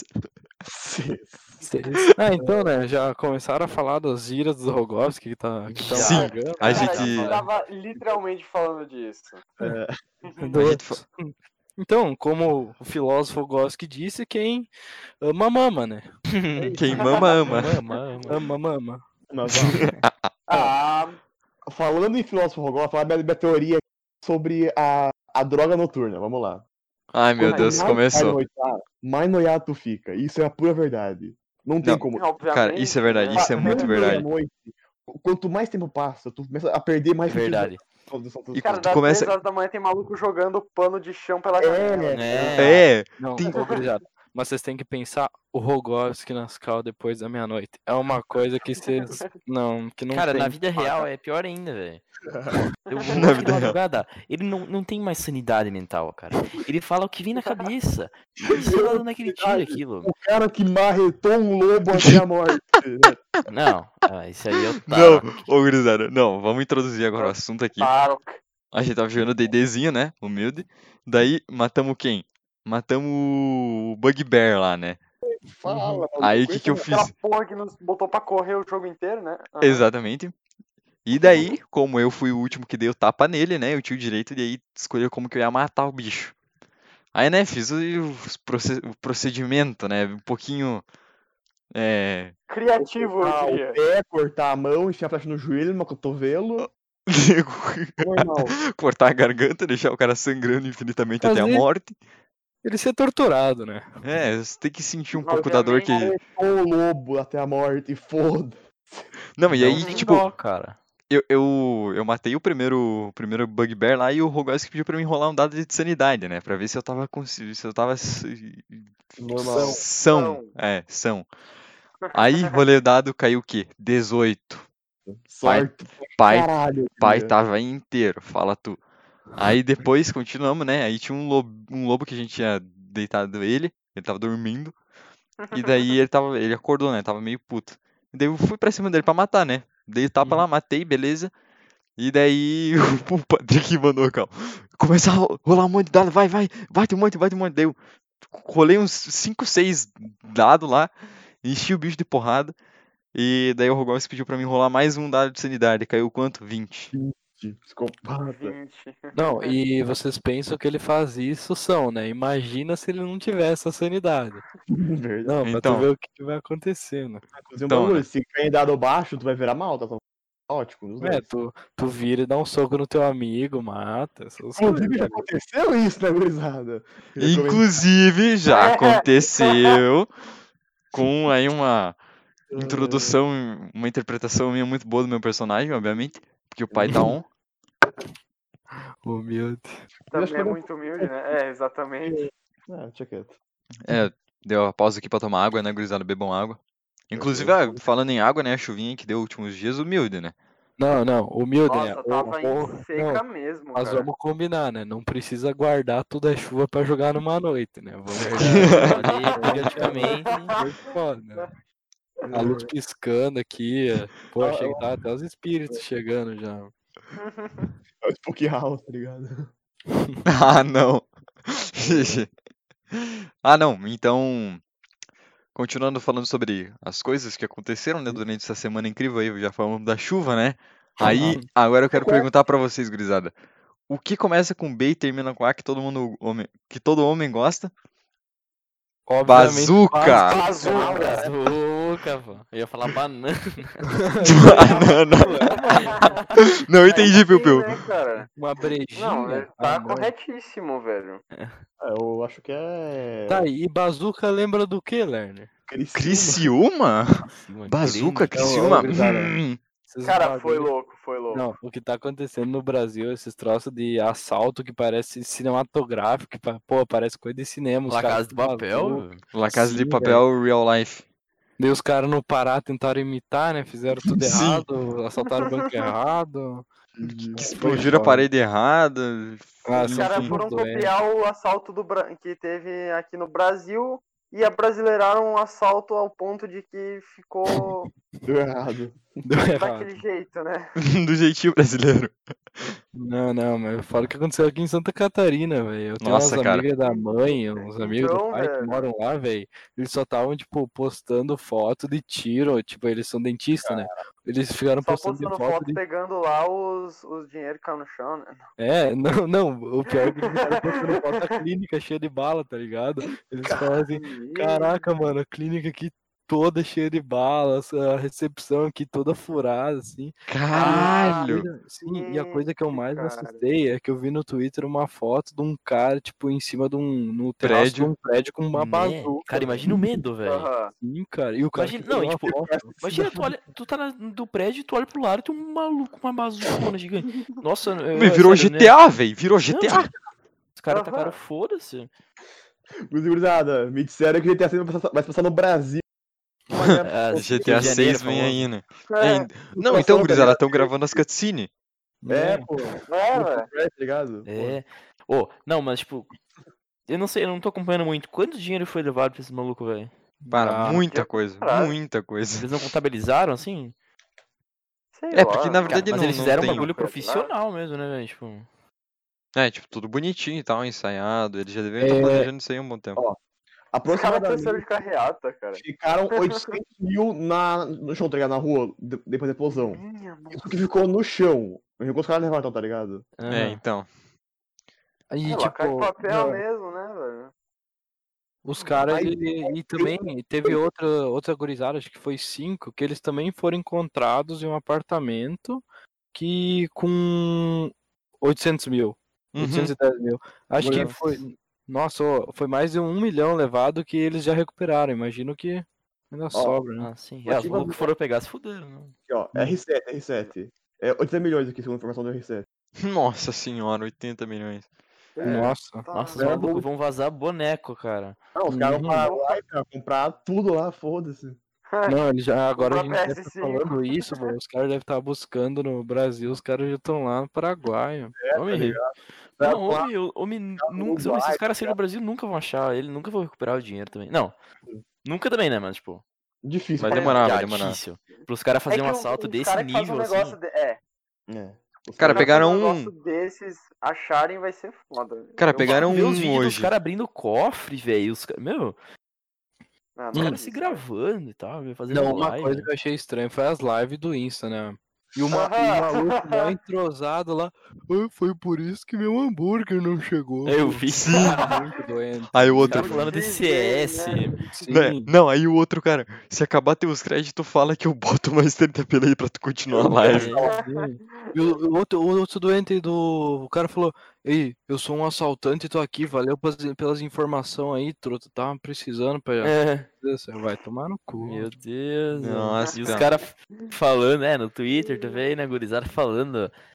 então, né, já começaram a falar das giras do Rogovski que tá Sim, chegando. a Cara, gente- tava literalmente falando disso. A gente fa- Então, como o filósofo Rogovski disse, quem ama, mama, né? Quem mama, ama. Ama, mama. Mas, ó, Ah, falando em filósofo Rogol, vou falar minha teoria sobre a droga noturna. Vamos lá. Ai, meu Quanto Deus, mais começou. noitar, mais noiado tu fica. Isso é a pura verdade. Não tem Não, como. obviamente. Cara, isso é verdade, né? isso é muito verdade. Meia-noite, quanto mais tempo passa, tu começa a perder mais Verdade. E Cara, tu das começa- 3 horas da manhã tem maluco jogando pano de chão pela janela. É, Não, tem- obrigado. Mas vocês têm que pensar o Rogovski nas cal depois da meia-noite. É uma coisa que vocês. Não, que não Cara, tem. na vida real é pior ainda, velho. Eu vou Na aqui vida na real. madrugada, ele não tem mais sanidade mental, cara. Ele fala o que vem na cabeça. E sei lá de onde é que ele tira aquilo. O cara que marretou um lobo até a morte. Né? Não, isso aí é o Não, Tarok. ô gurizada, não, vamos introduzir agora o assunto aqui. Tarok. A gente tava jogando D&Dzinho, né? Humilde. Daí, matamos quem? Matamos o Bugbear lá, né? Fala, Aí o maluco, que esse que eu é- fiz? Aquela porra que nos botou pra correr o jogo inteiro, né? Aham. Exatamente. E daí, como eu fui o último que dei o tapa nele, né? Eu tinha o direito de aí escolher como que eu ia matar o bicho. Aí, né, fiz o procedimento, né? Um pouquinho. Criativo, eu Cortar diria. o pé, cortar a mão, enfiar a flecha no joelho, no cotovelo. Normal. Cortar a garganta, deixar o cara sangrando infinitamente até a Fazer- morte. Ele ser torturado, né? É, você tem que sentir um pouco da dor que. Obviamente. Marretou o lobo até a morte, foda. Não, e aí, Não tem tipo, dó, cara. eu matei o primeiro Bugbear lá e o Rogoski pediu pra eu enrolar um dado de sanidade, né? Pra ver se eu tava Normal. são. É, são. Aí, rolei o dado, caiu o quê? 18. Sorte. Pai, Caralho. pai filha. tava inteiro, fala tu. Aí depois continuamos, né? Aí tinha um lobo que a gente tinha deitado ele tava dormindo. E daí ele acordou, né? Tava meio puto. E daí eu fui pra cima dele pra matar, né? Dei o tapa lá, matei, beleza. E daí o Patrick mandou, calma. Começar a rolar um monte de dado, vai, bate um monte. Daí eu rolei uns 5, 6 dados lá, enchi o bicho de porrada. E daí o Rogoski pediu pra mim rolar mais um dado de sanidade. Caiu quanto? 20. Psicopata. 20. Não, e vocês pensam que ele faz isso, né? Imagina se ele não tivesse a sanidade. Verdade. Não, pra Então. tu ver o que vai acontecer, né? Inclusive, um Então, bagulho, né? se cair dado baixo, tu vai virar mal, tá? Ótimo, os É, dois. tu vira e dá um soco no teu amigo, mata. Essas coisas. Inclusive, já aconteceu isso, né, gurizada? Inclusive, já aconteceu com aí uma introdução, uma interpretação minha muito boa do meu personagem, obviamente. Porque o pai tá on. Humilde. Eu acho Também é que eu- muito humilde, né? É, exatamente. Deixa quieto. Deu a pausa aqui pra tomar água, né, gurizada? Bebam água. Inclusive, falando em água, né, a chuvinha que deu últimos dias, humilde, né? Não, humilde, né? Nossa, tava seca mesmo, Nós cara. vamos combinar, né? Não precisa guardar toda a chuva pra jogar numa noite, né? Vamos Ali, periodicamente. Foi foda, né? A luz piscando aqui. Pô, achei que tava até os espíritos chegando já. É o Spook House, tá ligado? Ah, não. Ah, não. Então, continuando falando sobre as coisas que aconteceram, né, durante essa semana incrível aí, já falamos da chuva, né? Aí, agora eu quero perguntar pra vocês, gurizada. O que começa com B e termina com A que que todo homem gosta? Obviamente. Bazuca! Bazuca, pô. Eu ia falar banana. Não entendi, Piu Piu. Né, cara? Uma brejinha. Não, tá não. corretíssimo, velho. Eu acho que é. Tá, e bazuca lembra do que, Lerner? Criciúma? Bazuca, Criciúma? Cara, foi louco. Não, o que tá acontecendo no Brasil, esses troços de assalto que parece cinematográfico, que, pô, parece coisa de cinema. La Casa de Papel? La Casa de Sim, Papel Real Life. Daí os caras no Pará tentaram imitar, né? Fizeram tudo Sim. errado, assaltaram o banco errado. Que explodiram a parede errada. Os caras foram copiar o assalto que teve aqui no Brasil e abrasileiraram o assalto ao ponto de que ficou Deu errado. daquele jeito, né? Do jeitinho brasileiro. Não, mas fala o que aconteceu aqui em Santa Catarina, velho. Eu tenho Nossa, umas cara. amigas da mãe, uns amigos do Então, pai que velho. moram lá, velho. Eles só estavam, tipo, postando foto de tiro. Tipo, eles são dentistas, né? Eles ficaram Só postando postando foto foto de. pegando lá os dinheiro que caiu no chão, né? Não. O pior é que eles ficaram postando foto da clínica cheia de bala, tá ligado? Eles falam assim: caraca, mano, a clínica aqui toda cheia de balas, a recepção aqui toda furada, assim. Caralho! Sim, e a coisa que eu mais me Cara. assustei é que eu vi no Twitter uma foto de um cara, tipo, em cima no terraço de um prédio com uma Né? bazuca. Cara, imagina o medo, velho. Aham. Sim, cara. E o cara Imagina, que tirou não, a tipo, foto. imagina, tu tá do prédio, tu olha pro lado e tem um maluco com uma bazucona gigante. Nossa, Virou sério, né? GTA, velho. Virou GTA. Os caras tacaram foda-se. Gurizada, me disseram que GTA 6 vai se passar no Brasil. GTA 6 vem aí, né? É, Não, então, gurizada, estão gravando as cutscenes. Pô. velho. Tá ligado? É. Não, mas tipo, eu não sei, eu não tô acompanhando muito. Quanto dinheiro foi levado pra esse maluco, velho? Para, muita coisa. caralho. Muita coisa. Eles não contabilizaram, assim? Sei É, lá. porque na Cara, verdade mas não, eles não fizeram um tem. bagulho profissional mesmo, né, velho? Tipo, É, tipo, tudo bonitinho e tal, ensaiado. Eles já deveriam estar planejando isso aí há um bom tempo. Os caras Aproximadamente cresceram de carreata, cara. ficaram 800 mil no chão, tá ligado? Na rua, depois da explosão. Minha nossa. Isso que ficou no chão. Eu os caras levantam, tá ligado? É, então. Aí, É, La Casa de tipo, Papel mesmo, né, velho? os caras, Aí- e também teve outra gurizada, acho que foi 5, que eles também foram encontrados em um apartamento que com 800 mil, Uhum. 810 mil. Acho que Nossa. foi, nossa, foi mais de 1 milhão levado que eles já recuperaram. Imagino que ainda sobra, né? sim. Os malucos foram pegar, se fuderam, né? Aqui, ó. R7. É 80 milhões aqui, segundo a informação do R7. Nossa senhora, 80 milhões. Nossa. Nossa, os malucos vão vazar boneco, cara. Não, os caras vão parar lá e comprar tudo lá, foda-se. Não, eles já, agora a gente Comprar deve estar PS5. falando isso, pô, os caras devem estar buscando no Brasil, os caras já estão lá no Paraguai. Ó. Homem, Tá não, lá, homem, tá nunca, Uruguai, se os caras saírem do Brasil, nunca vão achar ele, nunca vão recuperar o dinheiro também. Não, nunca também, né, mas tipo, Difícil. Vai pra demorar, vai caralho. demorar. difícil. Pros caras fazerem um que assalto os desse cara que faz nível, negócio assim. Os Cara, Os pegaram fazem um. negócio desses, acharem vai ser foda. Cara, Eu pegaram Ver os um vídeos dos hoje. caras abrindo cofre, velho. Meu, Ah, os não caras vi se isso, cara. gravando e tal, fazendo Não, uma live. coisa que eu achei estranho foi as lives do Insta, né? E o Aham. maluco mó entrosado lá. "Ah, foi por isso que meu hambúrguer não chegou." Eu vi. Sim. Muito doente. Aí o Os outro. caras falando de Sim, CS. né? Né? Sim. Não, aí o outro, cara, se acabar teus créditos, fala que eu boto mais 30 pila aí pra tu continuar a live. Sim. E o outro doente o cara falou: "Ei, eu sou um assaltante e tô aqui, valeu pelas informações aí, truta, tava precisando pra. É. Você vai tomar no cu." Meu Deus. Nossa, E os cara. caras falando, no Twitter também, né, gurizada, falando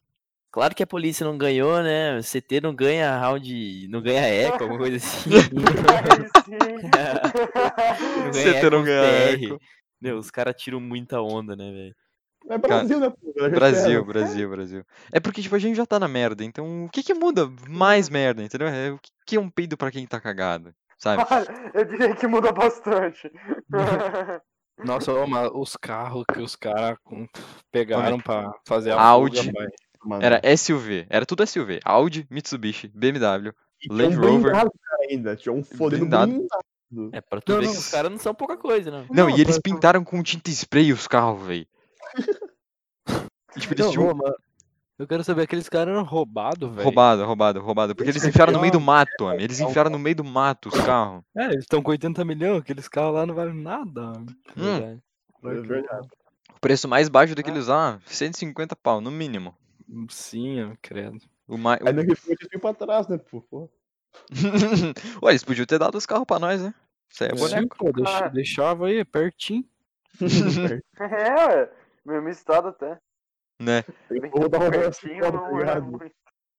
Claro que a polícia não ganhou, né? O CT não ganha round. Não ganha eco, alguma coisa assim. Aí sim. Não ganha CT eco não os ganha TR. eco. Meu, os caras tiram muita onda, né, velho? É Brasil, né, pô? A gente Brasil, espera. Brasil. É porque, tipo, a gente já tá na merda, então o que que muda mais merda, entendeu? O que que é um peido pra quem tá cagado, sabe? Olha, eu diria que muda bastante. Nossa, ô, mas os carros que os caras pegaram pra fazer a Audi. fuga, pai. Mano. Era SUV, era tudo SUV. Audi, Mitsubishi, BMW, E tinha Land um Rover. blindado, cara, ainda. Tinha um fodendo Blindado. blindado. É, pra tu ver Não. que os caras não são pouca coisa, não. Não, e eles pra- pintaram com tinta spray os carros, velho. E, tipo, eles Não, tinham ô, mas eu quero saber, aqueles caras eram roubados, velho. roubado. Porque eles enfiaram no meio do mato, homem. Eles enfiaram no meio do mato os carros. É, eles estão com 80 milhões, aqueles carros lá não valem nada. Verdade. É verdade. O preço mais baixo daqueles lá, 150 pau, no mínimo. Sim, eu credo. O mais... Aí no refúgio eles ficam pra trás, né, pô? Ué, eles podiam ter dado os carros pra nós, né? Isso aí é Sim, boneco. pô, Ah. deixava aí, pertinho. É, ué. Mesmo estado até. Né? Eu vou dar uma Pertinho tá não é ligado? muito.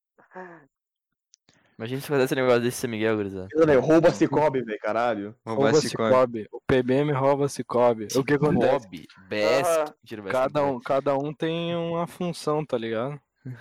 Imagina se fizesse negócio desse São Miguel, gurizada. Rouba Cicobi, velho, caralho. Roubar Rouba esse Cicobi. O PBM rouba Cicobi. O que acontece? Bob, BS. Aham. Mentira, BS Cada um tem uma função, tá ligado?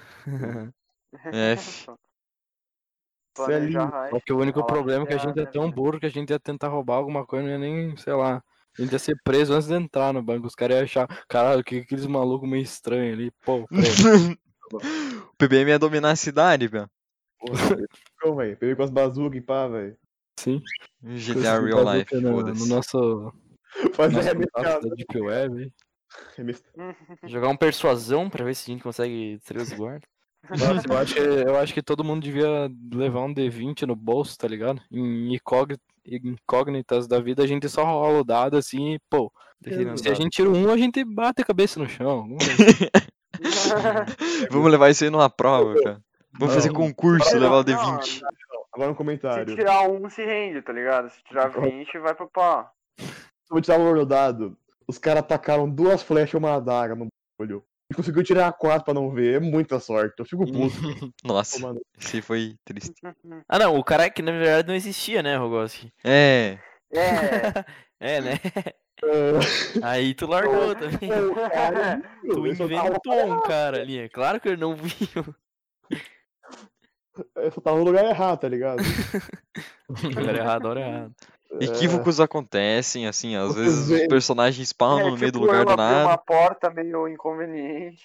É, Isso é lindo. Planejar Só que o único raio. problema é que a gente é tão burro que a gente ia tentar roubar alguma coisa, não ia nem, sei lá. A gente ia ser preso antes de entrar no banco. Os caras iam achar, caralho, que aqueles malucos meio estranhos ali. Pô, preso. O PBM ia dominar a cidade, velho. Porra, velho. Peguei com as bazucas e pá, velho. Sim. GTA Real Life, No foda-se. nosso Fazer contato remessado. da Deep Web. Hein? Jogar um persuasão pra ver se a gente consegue distrair os guardas. Nossa, eu acho que todo mundo devia levar um D20 no bolso, tá ligado? Em incógnitas da vida, a gente só rola o dado assim e, pô, Deixa ele se a andar. gente tira um, a gente bate a cabeça no chão. alguma coisa assim. Vamos levar isso aí numa prova, cara. Vamos fazer Não. concurso, levar o Não, D20. Agora um Se comentário. tirar um, se rende, tá ligado? Se tirar 20, vai pro pau. Eu vou tirar o valor do dado. Os caras tacaram 2 flechas e uma adaga no olho. E conseguiu tirar 4 pra não ver. É muita sorte. Eu fico puto. Nossa, Mano. esse aí foi triste. Ah, não, o cara que na verdade não existia, né, Rogoski? É, É. É, né? É, Aí tu largou também. cara, Tu eu só tava- inventou um cara ali. É claro que ele não viu. eu só tava no lugar errado, tá ligado? Hora errado, hora errado. equívocos acontecem, assim, às Você vezes os vê. personagens spawnam no meio do lugar eu do abri uma nada. porta meio inconveniente.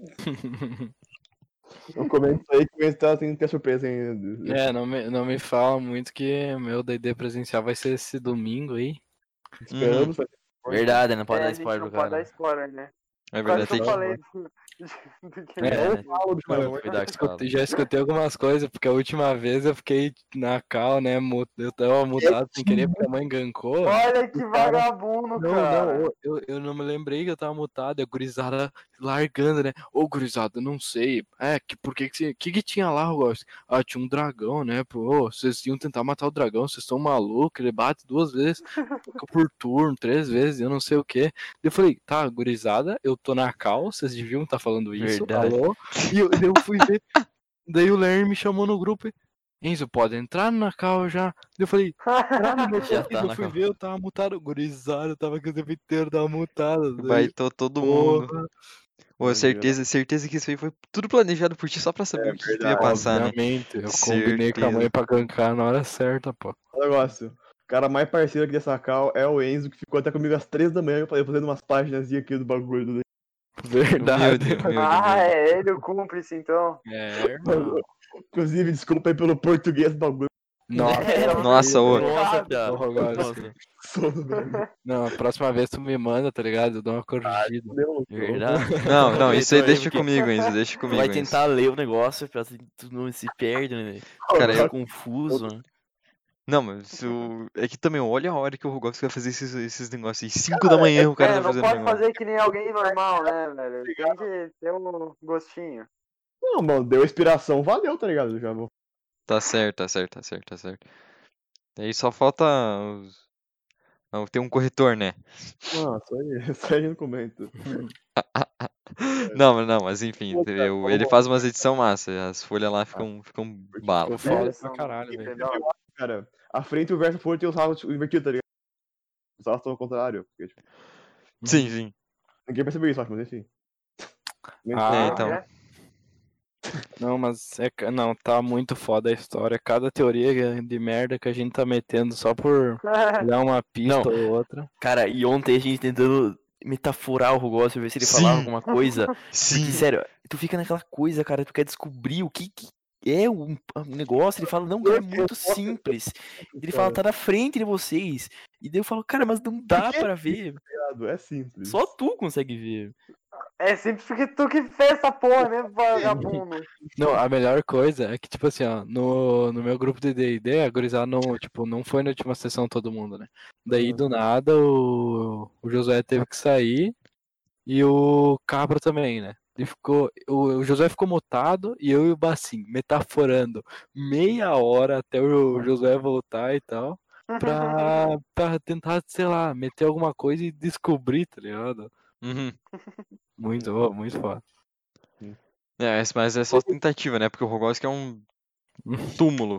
Eu comento aí que o tá tendo que ter surpresa ainda. É, não me fala muito que meu D&D presencial vai ser esse domingo aí. Esperamos. Verdade, não pode É, dar a gente spoiler não pro pode dar cara. spoiler, né? É Por causa verdade, que tem eu que... falei do que É, Não né? fala, bicho, Mano, mas Cuidado com ela. Já escutei algumas coisas, porque a última vez eu fiquei na cal, né? Eu tava mutado sem querer, porque a mãe gancou. Olha que cara- vagabundo, cara. Não, eu não me lembrei que eu tava mutado, a gurizada largando, né? Ô, gurizada, não sei. Por que tinha lá, Rogosto? Ah, tinha um dragão, né? Pô, vocês iam tentar matar o dragão, vocês estão malucos, ele bate 2 vezes por turno, 3 vezes, eu não sei o quê. Eu falei, tá, gurizada, eu tô na cal, vocês deviam estar falando isso, Verdade. alô? Daí eu fui ver, daí o Lerner me chamou no grupo e, Enzo, pode entrar na cal já. Daí eu falei, caralho, meu Já Deus, tá eu na fui cal. ver, eu tava mutado, gurizada, eu tava com o tempo inteiro, tava mutado. Daí, Baitou todo mundo. porra, Ô, certeza que isso aí foi tudo planejado por ti só pra saber o que tu ia passar, né? obviamente, eu combinei com a mãe Certeza. pra gankar na hora certa, pô. o negócio. O cara mais parceiro aqui dessa cal é o Enzo, que ficou até comigo às 3 da manhã fazendo umas páginas aqui do bagulho. Do... Verdade. Humilde. É ele o cúmplice, então. É, irmão. Inclusive, desculpa aí pelo português do bagulho. Nossa, ô. Nossa, piada. Ô, Rogoski. Nossa, Não, a próxima vez tu me manda, tá ligado? Eu dou uma corrigida. verdade. Não, isso aí Aproveitou deixa porque comigo, Enzo, deixa Tu comigo, vai Enzo. tentar ler o negócio pra tu não se perde, né? Cara, Fica eu... confuso, né? Não, mas é que também, olha a hora que o Rogox vai fazer esses negócios aí. 5 da manhã o cara tá não fazendo pode negócio. fazer que nem alguém normal, né, velho? Tem que ter um gostinho. Não, mano, deu inspiração, valeu, tá ligado? Já vou. Tá certo. Aí só falta ter um corretor, né? Não, isso aí não comento. Não, mas enfim, Pô, cara, ele faz umas edições massa, as folhas lá ficam bala. Ficou foda pra São caralho, velho. da hora. Cara, a frente e o verso for tem os ralos invertidos, tá ligado? Os ralos estão ao contrário. Porque, tipo, Sim, sim. ninguém percebeu isso, acho, mas enfim. Ah, então. É. Não, mas não, tá muito foda a história. Cada teoria de merda que a gente tá metendo só por dar uma pista Não. ou outra. Cara, e ontem a gente tentando metaforar o Rogócio, ver se ele falava Sim. alguma coisa. Sim. Porque, sério, tu fica naquela coisa, cara, tu quer descobrir o que é o negócio. Ele fala, não, cara, é muito simples. Ele fala, tá na frente de vocês. E daí eu falo, cara, mas não dá pra ver. É simples. Só tu consegue ver. É sempre porque tu que fez essa porra, né, vagabundo? Não, a melhor coisa é que, tipo assim, ó, no meu grupo de D&D, a gurizada não foi na última sessão todo mundo, né? Daí, do nada, o Josué teve que sair e o Cabra também, né? O Josué ficou mutado e eu e o Bacim metaforando meia hora até o Josué voltar e tal, pra tentar, sei lá, meter alguma coisa e descobrir, tá ligado? Uhum. Muito foda. Mas é só tentativa, né? Porque o Rogowski é um túmulo.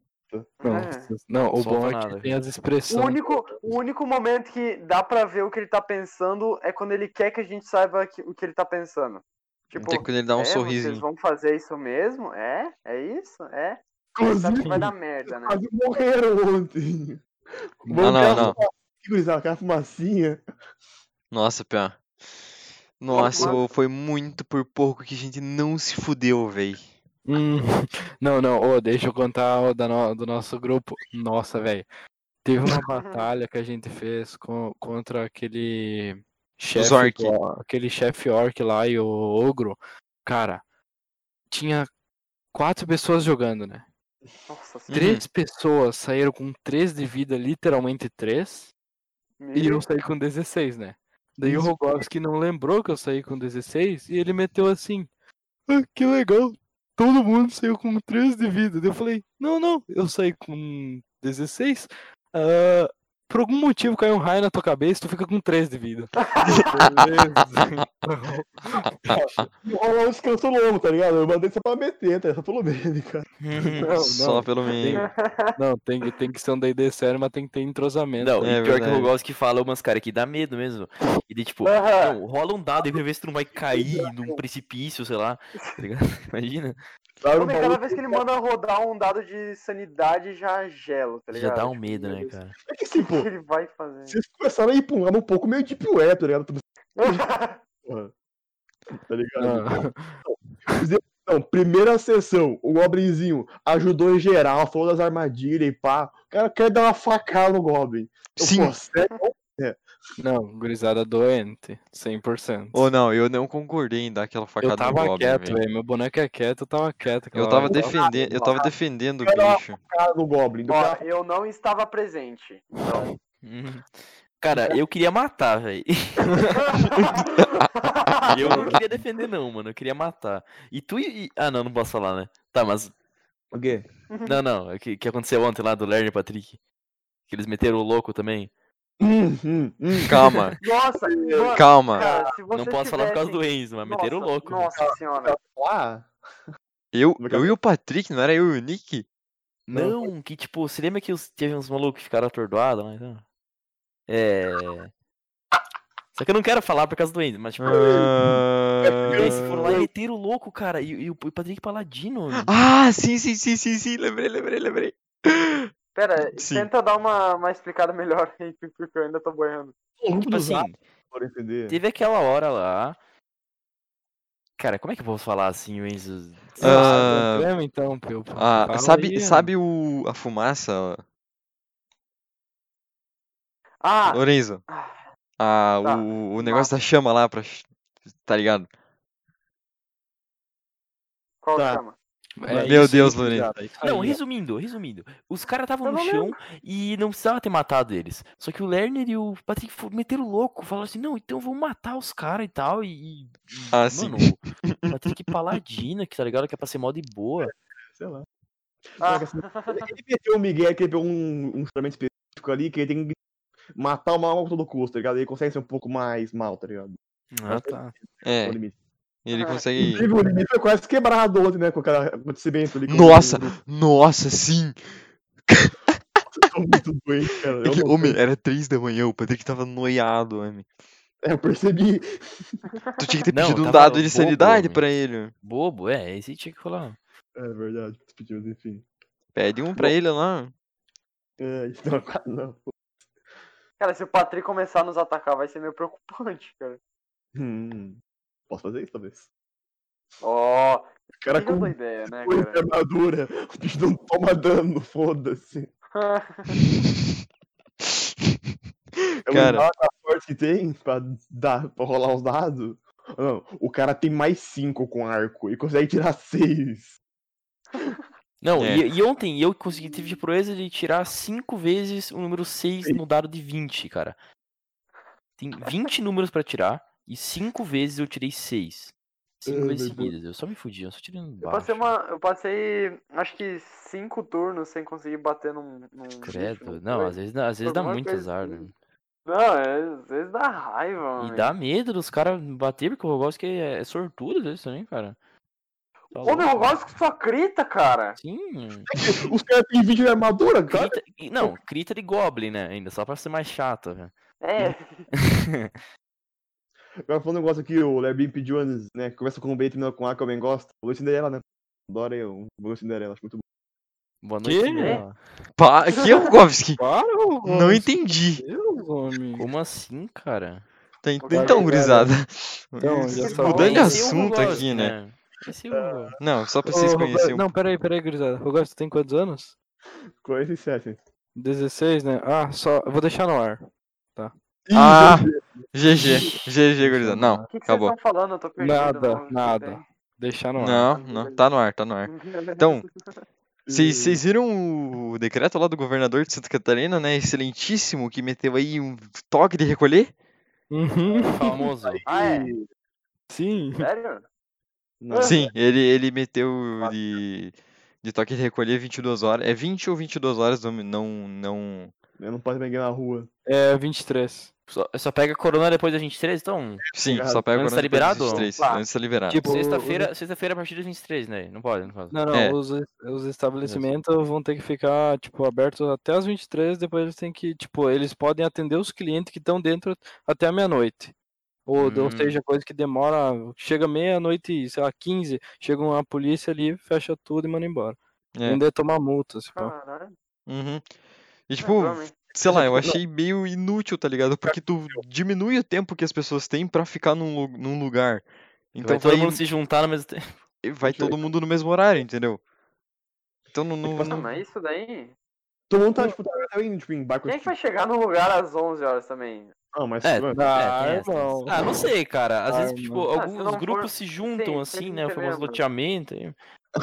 Não, o Solta bom é nada, que tem viu? as O expressões. único momento que dá pra ver o que ele tá pensando é quando ele quer que a gente saiba o que ele tá pensando. Tipo, Que é quando ele dá um vocês sorrisinho. vão fazer isso mesmo? É isso? É? Aí sabe que vai dar merda, né? Quase morreram ontem. Não. Aquela fumacinha. Nossa, pior. Nossa, foi muito por pouco que a gente não se fudeu, véi. Não, deixa eu contar do nosso grupo. Nossa, velho. Teve uma batalha que a gente fez contra aquele orc. chefe orc lá e o ogro. Cara, tinha 4 pessoas jogando, né? Nossa senhora. 3 pessoas saíram com 3 de vida, literalmente 3. E eu saí com 16, né? Daí o Isso. Rogowski não lembrou que eu saí com 16 e ele meteu assim: "Ah, que legal, todo mundo saiu com 3 de vida." Daí eu falei: não, eu saí com 16. Por algum motivo caiu um raio na tua cabeça, tu fica com 3 de vida. Beleza. E rola um descanso longo, tá ligado? Eu mandei você pra meter, tá? Só pelo medo, cara. Só pelo meio. Não, tem que ser um D&D sério, mas tem que ter entrosamento. Não, É e pior que o verdade. Rogowski fala umas cara que dá medo mesmo. E daí, tipo, Aham. não, rola um dado aí pra ver se tu não vai cair num precipício, sei lá. Tá ligado? Imagina. Claro, Homem, cada vez que ele manda rodar um dado de sanidade, já gelo, tá ligado? Já dá um Tipo, medo, meu né, Deus, cara? É que O assim, que pô, ele vai fazer? vocês começaram a ir pra um lado um pouco meio deep web, tá ligado? Porra. Tá ligado? Não, primeira sessão, o Goblinzinho ajudou em geral, falou das armadilhas e pá. O cara quer dar uma facada no Goblin. Sim. Pô, sério? Não, gurizada doente, 100%. Ou não, eu não concordei em dar aquela Eu facada no tava Goblin, quieto, velho. velho. Meu boneco é quieto, eu tava quieto. Eu tava defendendo o bicho. Cara no Goblin. Do Ó, cara... eu não estava presente. Então. Cara, eu queria matar, velho. Eu não queria defender, não, mano. Eu queria matar. E tu e. Ah, não posso falar, né? Tá, mas. O quê? Não. O que aconteceu ontem lá do Lerner e Patrick? Que eles meteram o louco também? Calma, Nossa, mano, calma. cara, se Não vocês posso falar por causa do tivessem- Enzo, mas meteram o louco. Nossa senhora. Ah, Eu e o Patrick, não era eu e o Nick? Não, que tipo, você lembra que teve uns malucos que ficaram atordoados, mas não. Só que eu não quero falar por causa do Enzo, mas tipo. E daí se foram lá e meteram o louco, cara. E o Patrick Paladino. Ah, sim, lembrei. Pera, Sim. tenta dar uma explicada melhor aí, porque eu ainda tô boiando. Tipo assim, Por entender. teve aquela hora lá. Cara, como é que eu posso falar assim, o Enzo? Ah, Problema, então, Pio. Fala sabe aí, a fumaça, Ah! Lorenzo? Tá. O negócio da chama lá pra. Tá ligado? Qual Tá. chama? É Meu isso Deus, aí, Lourenço. gurizada, isso Não, aí, ó. resumindo. Os caras estavam Eu no não chão e não precisava ter matado eles. Só que o Lerner e o Patrick meteram o louco. Falaram assim, não, então vamos matar os caras e tal. Ah, sim. Mano, o Patrick Paladina, que tá ligado? Que é pra ser mó de boa. Sei lá. Ah, Ele meteu o Miguel, que ele pegou um instrumento específico ali, que ele tem que matar o mal a todo custo, tá ligado? Ele consegue ser um pouco mais mal, tá ligado? Ah, tá. É. No limite. Ele consegue. Inclusive, o limite foi quase quebrado ontem, né? Com aquele acontecimento ali. Nossa, sim! Eu tô muito doente, cara. É Eu que, não homem, sei. era 3 da manhã, o Patrick tava noiado, homem. Eu percebi. Tu tinha que ter Não, pedido um tava dado de bobo, sanidade homem. pra ele. Bobo, esse tinha que falar. É verdade, pedimos, enfim. Pede um pra Bom. ele lá. Isso não, não. Cara, se o Patrick começar a nos atacar, vai ser meio preocupante, cara. Posso fazer isso, talvez. Ó, O cara que eu com dou ideia, né, coisa de cara? armadura, o bicho não toma dano, foda-se. É o Cara, a sorte que tem pra rolar os dados. Não, o cara tem mais 5 com arco e consegue tirar 6. Não, É. e ontem eu tive a proeza de tirar 5 vezes o número 6 no dado de 20, cara. Tem 20 números pra tirar e 5 vezes eu tirei 6. 5 Ai, vezes meu Deus. seguidas. Eu só me fudi, eu só tirei Eu baixo. passei, acho que 5 turnos sem conseguir bater num Credo. bicho. Não, foi? às vezes dá alguma muito coisa azar, assim. né? Não, às vezes dá raiva, E mano. dá medo dos caras bater, porque o Rogoski é sortudo às vezes também, cara. Tá Ô, meu, eu louco. gosto que só crita, cara. Sim. Os caras têm 20 de armadura, cara. Não, crita de Goblin, né? Ainda, só pra ser mais chato, velho. É. Agora falando um negócio aqui, o Lebin pediu antes, né? Começa com o B e termina com A, que eu bem gosto. Lua Cinderela, né? Adoro eu. Lua Cinderela, acho muito bom. Boa noite, Que? Cinderela. que é o Govski? Para, Não entendi. Deus, homem. Como assim, cara? Então, gurizada. Então, já tá Mudando de bom. assunto aqui, né? Esse é o Rogoski. Não, só pra Ô, vocês Roberto, conhecerem. não, peraí, gurizada. Roberto, você tem quantos anos? 47. 16, né? Ah, só. Eu vou deixar no ar. Ah, GG, gurizada. Não, O que vocês acabou. estão falando? Eu tô perdido. Nada, não nada. escutei. Deixar no ar. Não, tá no ar. Então, vocês viram o decreto lá do governador de Santa Catarina, né? Excelentíssimo, que meteu aí um toque de recolher? Uhum. Famoso. Ah, é? Sim. Sério? Não. Sim, ele meteu de toque de recolher 22 horas. É 20 ou 22 horas, não... Eu não posso pegar na rua. É 23. Só pega Corona depois das 23, então? Sim, Obrigado. só pega Antes agora tá depois dos liberado? 23, Claro. antes tá liberado. Tipo, Sexta-feira a partir das 23, né? Não pode. Não, É. os estabelecimentos vão ter que ficar, tipo, abertos até as 23, depois eles têm que, tipo, eles podem atender os clientes que estão dentro até a meia-noite. Ou seja, coisa que demora, chega meia-noite, sei lá, 15, chega uma polícia ali, fecha tudo e manda embora. É. Ainda é tomar multa, se pá. Caralho. Uhum. E É, tipo, provavelmente. sei lá, eu Não. achei meio inútil, tá ligado? Porque tu diminui o tempo que as pessoas têm pra ficar num lugar. Então Vai todo mundo se juntar no mesmo tempo. vai todo mundo no mesmo horário, entendeu? Então não... Nossa, mas isso daí... Todo mundo tá, tipo, tipo, em barco. Quem é que vai chegar no lugar às 11 horas também? Não, mas. É, mano, tem essa. irmão. Ah, não sei, cara. Às vezes, tipo, irmão. Ah, se alguns não grupos for- se juntam Sim, assim, sempre né? O me famoso lembro. loteamento. aí.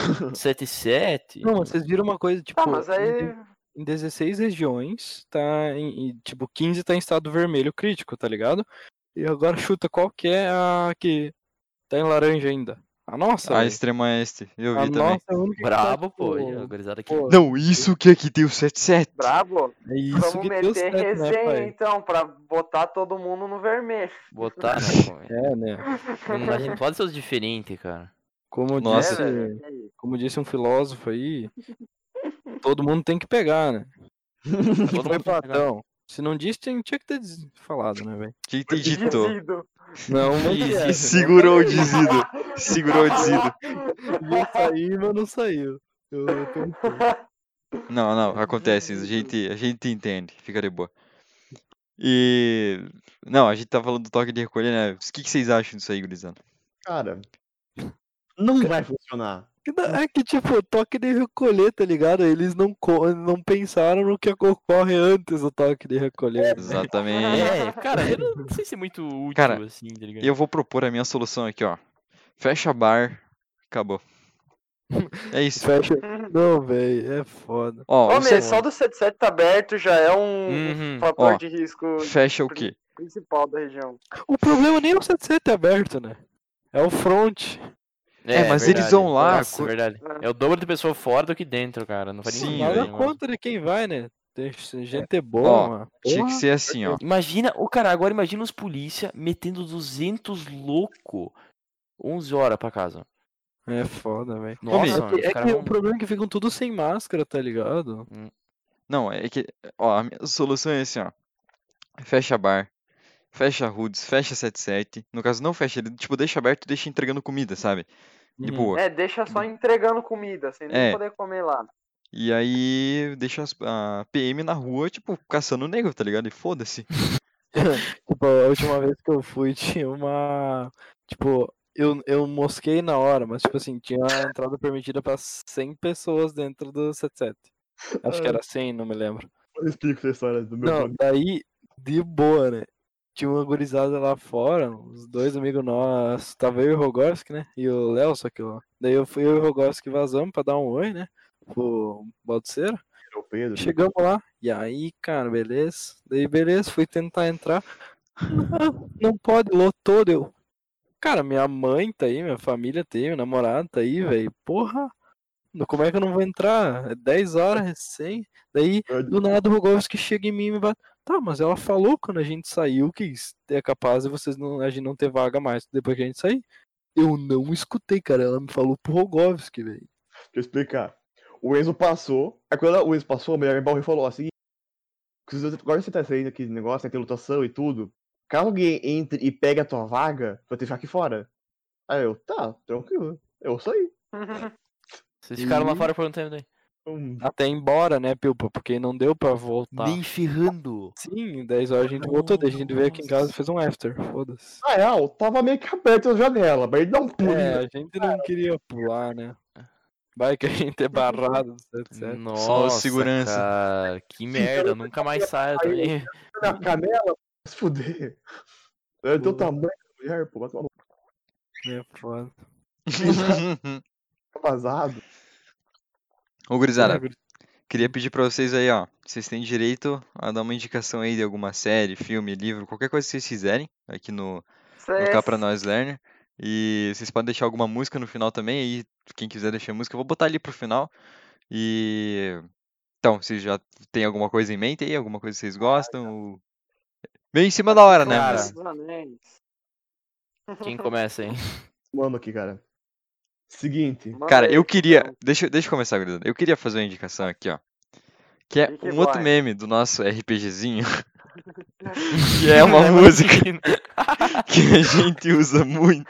7-7. Não, vocês viram uma coisa, tipo, Tá, mas aí... em 16 regiões, tá tipo, 15 tá em estado vermelho crítico, tá ligado? E agora chuta qual que é a que tá em laranja ainda. A nossa, A velho. extrema este, eu A vi também. nossa é a única que Brabo, tá, pô. tipo, E a gurizada aqui. pô, Não, isso que aqui tem o 7-7. Brabo? é isso Vamos que deu meter certo, né, resenha, pai? então, pra botar todo mundo no vermelho. Botar, né? É, né? A gente pode ser os diferentes, cara. Como Nossa. disse, velho. como disse um filósofo aí, todo mundo tem que pegar, né? Todo Foi mundo tem que pegar. Platão. Se não disse, tinha que ter falado, né, velho? Tinha que ter dito. Dizido. Não, mas é. Segurou o dizido. Segurou o dizido. Ia sair, mas não saiu. Eu pensei. Não, acontece isso. A gente entende. Fica de boa. E... Não, a gente tá falando do toque de recolher, né? O que vocês acham disso aí, gurizada? Cara. Não vai funcionar. É que, tipo, toque de recolher, tá ligado? Eles não pensaram no que ocorre antes do toque de recolher. Exatamente. É, cara, eu não sei se é muito útil, Cara, assim, tá ligado? Eu vou propor a minha solução aqui, ó. Fecha bar, acabou. É isso. Fecha. Não, velho, é foda. Ó, Ô, o mas só do 77 tá aberto já é um Uhum. fator Ó, de risco fecha o quê? principal da região. O problema nem é o 77 aberto, né? É o front. É, mas eles vão lá, Nossa, verdade. É o dobro de pessoa fora do que dentro, cara. Não faz nem Sim, sentido, Nada velho. né? contra de quem vai, né? Tem gente boa, Ó, mano. tinha que Porra. ser assim, ó. Imagina, o cara, agora imagina os polícia metendo 200 louco 11 horas pra casa. É foda, velho. Nossa, mano, os É que caras o vão... problema é que ficam tudo sem máscara, tá ligado? Não, é que, ó, a minha solução é assim, ó. Fecha bar, fecha Hoods, fecha 77. No caso, não fecha, ele, tipo, deixa aberto e deixa entregando comida, sabe? De Uhum. boa. Deixa só entregando comida, sem nem É. poder comer lá. E aí deixa a PM na rua, tipo, caçando negro, tá ligado? E foda-se. Tipo, a última vez que eu fui tinha uma. Tipo, eu mosquei na hora, mas tipo assim, tinha a entrada permitida pra 100 pessoas dentro do 77. Acho que era 100, não me lembro. Eu explico essa história do meu Não, plano. daí, de boa, né? Tinha uma gurizada lá fora, uns dois amigos nossos, tava eu e o Rogoski, né? E o Léo, só que eu. Daí eu fui eu e o Rogoski vazamos pra dar um oi, né? Pro Baldiceiro. O Pedro. Chegamos lá, e aí, cara, beleza. Daí, beleza, fui tentar entrar. Não pode, lotou, deu. Cara, minha mãe tá aí, minha família tá aí, meu namorado tá aí, velho. Porra, como é que eu não vou entrar? É 10 horas recém. Daí, do nada, o Rogovski chega em mim e me bate. Tá, mas ela falou quando a gente saiu que é capaz de a gente não ter vaga mais depois que a gente sair. Eu não escutei, cara. Ela me falou pro Rogovski, velho. Deixa eu explicar. O Enzo passou. Aí quando o Enzo passou, a mulher me falou assim: agora você tá saindo aqui de negócio, tem lotação e tudo. Caso alguém entre e pegue a tua vaga, tu vai ter que ficar aqui fora. Aí eu, tá, tranquilo. Eu saí. Vocês ficaram lá E- fora por um tempo daí. Até embora, né, Pilpa? Porque não deu pra voltar. Nem ferrando. Sim, 10 horas a gente voltou, daí a gente veio aqui em casa e fez um after. Foda-se. Na real, tava meio que aberto a janela, mas ele dá um pulo. É, a gente não queria pular, né? Vai que a gente é barrado, etc. Só o Nossa, segurança. cara, que merda, nunca mais saio também. Na canela, se fuder. É do teu tamanho da mulher, pô, vai tomar no É foda. cu vazado. Ô, gurizada, queria pedir pra vocês aí, ó. Vocês têm direito a dar uma indicação aí de alguma série, filme, livro, qualquer coisa que vocês quiserem aqui no Cá Pra Nós Learner. E vocês podem deixar alguma música no final também, aí quem quiser deixar música, eu vou botar ali pro final. E então, vocês já tem alguma coisa em mente aí? Alguma coisa que vocês gostam? Meio em cima da hora, né? Cara, Mas quem começa, hein? Mano aqui, cara. Seguinte. cara, eu queria, deixa eu começar, gurizada. Eu queria fazer uma indicação aqui, ó. Que é Que um outro vai? meme do nosso RPGzinho, que é uma música que a gente usa muito.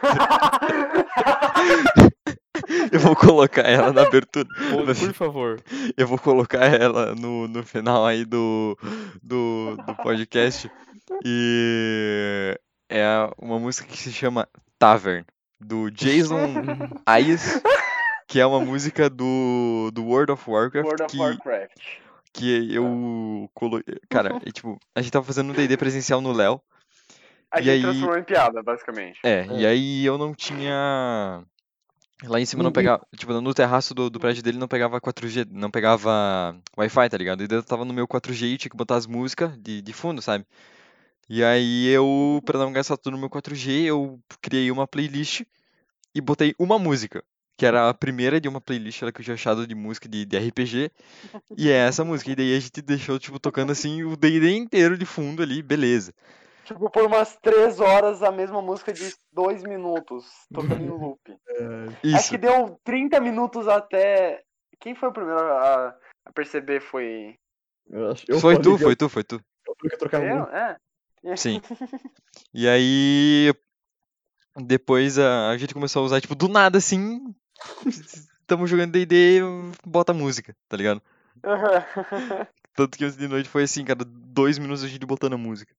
Eu vou colocar ela na abertura. Por favor. Eu vou colocar ela no final aí do podcast. E é uma música que se chama Tavern, do Jason Ayers, que é uma música do World of Warcraft, World of Warcraft. que eu coloquei. Cara, tipo, a gente tava fazendo um D&D presencial no Léo. A E gente aí- transformou em piada, basicamente. E aí eu não tinha. Lá em cima não pegava. Tipo, no terraço do prédio dele não pegava 4G, não pegava Wi-Fi, tá ligado? E daí eu tava no meu 4G e tinha que botar as músicas de fundo, sabe? E aí eu, pra não gastar tudo no meu 4G, eu criei uma playlist e botei uma música. Que era a primeira de uma playlist que eu tinha achado de música de RPG. E é essa música. E daí a gente deixou, tipo, tocando assim o D&D inteiro de fundo ali, beleza. Tipo, por umas 3 horas a mesma música de 2 minutos, tocando em loop. Acho Isso. que deu 30 minutos até. Quem foi o primeiro a perceber? Foi. Foi tu. Eu falei que ia trocar Eu? muito. É. Sim. E aí, depois a gente começou a usar, tipo, do nada assim. Tamo jogando D&D, bota música, tá ligado? Tanto que ontem de noite foi assim, cara, 2 minutos a gente botando a música.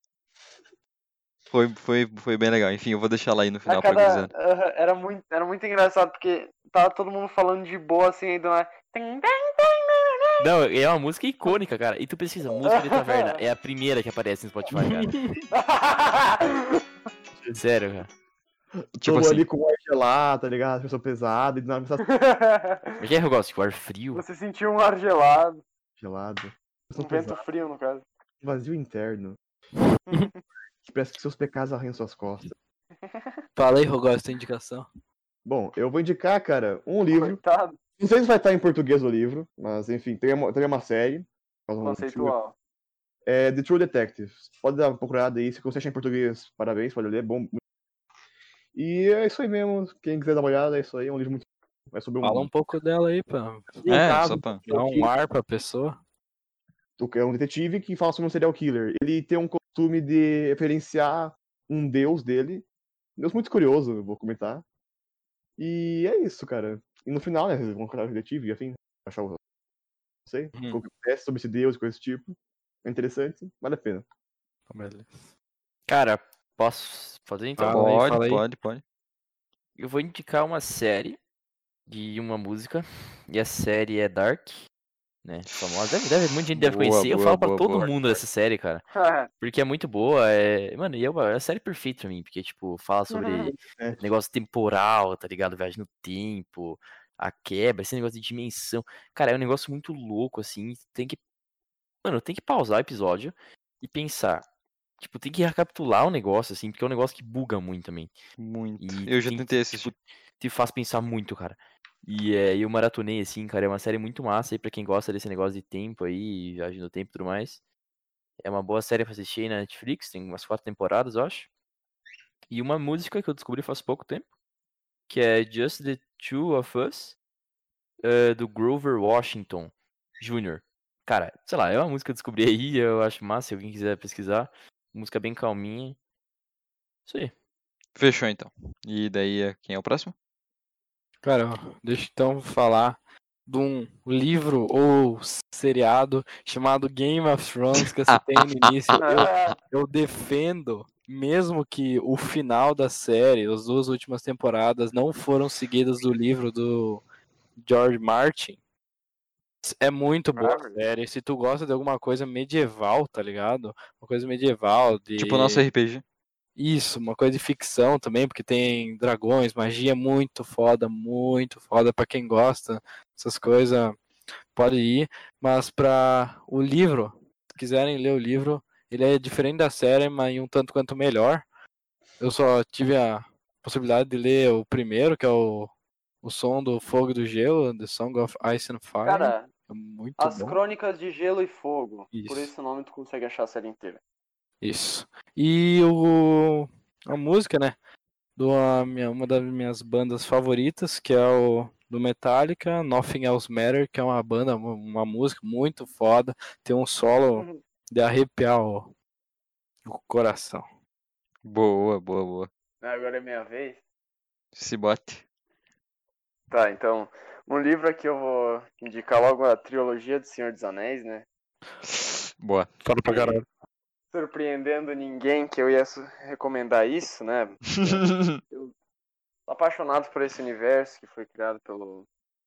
Foi bem legal. Enfim, eu vou deixar lá aí no final pra gurizada. Era muito engraçado, porque tava todo mundo falando de boa assim, aí do nada. Não, é uma música icônica, cara. E tu pesquisa, música de taverna. É a primeira que aparece no Spotify, cara. Sério, cara. Tipo Tô assim, ali com o ar gelado, tá ligado? Pessoa pesada, e do nada começa Mas que é que eu gosto? Tipo, ar frio? Você sentiu um ar gelado, gelado. um vento frio, no caso. Um vazio interno. Que parece que seus pecados arranham suas costas. Fala aí, Rogosto, tem indicação. Bom, eu vou indicar, cara, um livro. Coitado, Não sei se vai estar em português o livro, mas enfim, tem uma série. conceitual. É The True Detective. Pode dar uma procurada aí. Se você achar em português, parabéns, pode ler. Bom. E é isso aí mesmo. Quem quiser dar uma olhada, é isso aí. É um livro muito. É sobre Fala um. um pouco dela aí, pra Só pra... dar um ar pra pessoa. É um detetive que fala sobre um serial killer. Ele tem um costume de referenciar um deus dele. Um deus muito curioso, eu vou comentar. E é isso, cara. E no final, né, eles vão encontrar o detetive e afim. Achar o. Não sei. Uhum. O que acontece sobre esse deus, coisa desse tipo. É interessante, vale a pena. Beleza. Cara, posso fazer então? Fala aí, Pode, fala aí. pode. Eu vou indicar uma série de uma música. E a série é Dark, né? Famosa. Muita gente deve Boa, conhecer. Eu boa, falo pra boa, todo boa. mundo dessa série, cara. Porque é muito boa. Mano, e é a série perfeita pra mim. Porque, tipo, fala sobre É, negócio temporal, tá ligado? Viagem no tempo, a quebra, esse negócio de dimensão. Cara, é um negócio muito louco, assim. Mano, tem que pausar o episódio e pensar. Tipo, tem que recapitular o negócio, assim, porque é um negócio que buga muito também. Muito. E Eu já tem, tentei assistir. tipo, te faz pensar muito, cara. E eu maratonei, assim, cara, é uma série muito massa aí pra quem gosta desse negócio de tempo aí, viagem no tempo e tudo mais. É uma boa série pra assistir aí na Netflix, tem umas 4 temporadas, eu acho. E uma música que eu descobri faz pouco tempo, que é Just the Two of Us, do Grover Washington Jr. Cara, sei lá, é uma música que eu descobri aí, eu acho massa, se alguém quiser pesquisar. Música bem calminha. Isso aí. Fechou então. E daí, quem é o próximo? Cara, deixa eu então falar de um livro ou seriado chamado Game of Thrones que eu citei no início. Eu defendo, mesmo que o final da série, as 2 últimas temporadas, não foram seguidas do livro do George Martin. É muito boa a série. Se tu gosta de alguma coisa medieval, tá ligado? Uma coisa medieval Tipo o nosso de. RPG. Isso, uma coisa de ficção também, porque tem dragões, magia muito foda pra quem gosta dessas coisas, pode ir, mas para o livro, se quiserem ler o livro, ele é diferente da série, mas um tanto quanto melhor. Eu só tive a possibilidade de ler o primeiro, que é o Som do Fogo e do Gelo, The Song of Ice and Fire. Cara, É muito As bom. Crônicas de Gelo e Fogo. Por Isso. esse nome tu consegue achar a série inteira. Isso. E a música, né? Uma das minhas bandas favoritas, que é o do Metallica, Nothing Else Matter, que é uma banda, uma música muito foda, tem um solo de arrepiar o coração. Boa. Agora é minha vez. Se bote. Tá, então, um livro aqui eu vou indicar logo a trilogia do Senhor dos Anéis, né? Boa. Fala pra caralho. Surpreendendo ninguém que eu ia recomendar isso, né? Eu sou apaixonado por esse universo que foi criado pelo...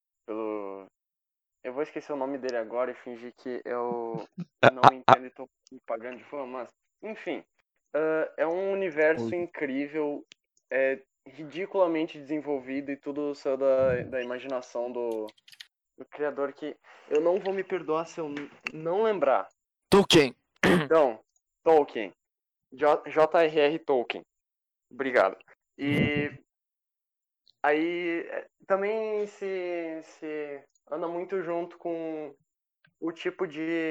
Eu vou esquecer o nome dele agora e fingir que eu não entendo e tô me pagando de fã, mas... Enfim, é um universo incrível, ridiculamente desenvolvido e tudo saiu da imaginação do criador que eu não vou me perdoar se eu não lembrar. Tolkien. Então, Tolkien. J.R.R. Tolkien. Obrigado. E aí também se anda muito junto com o tipo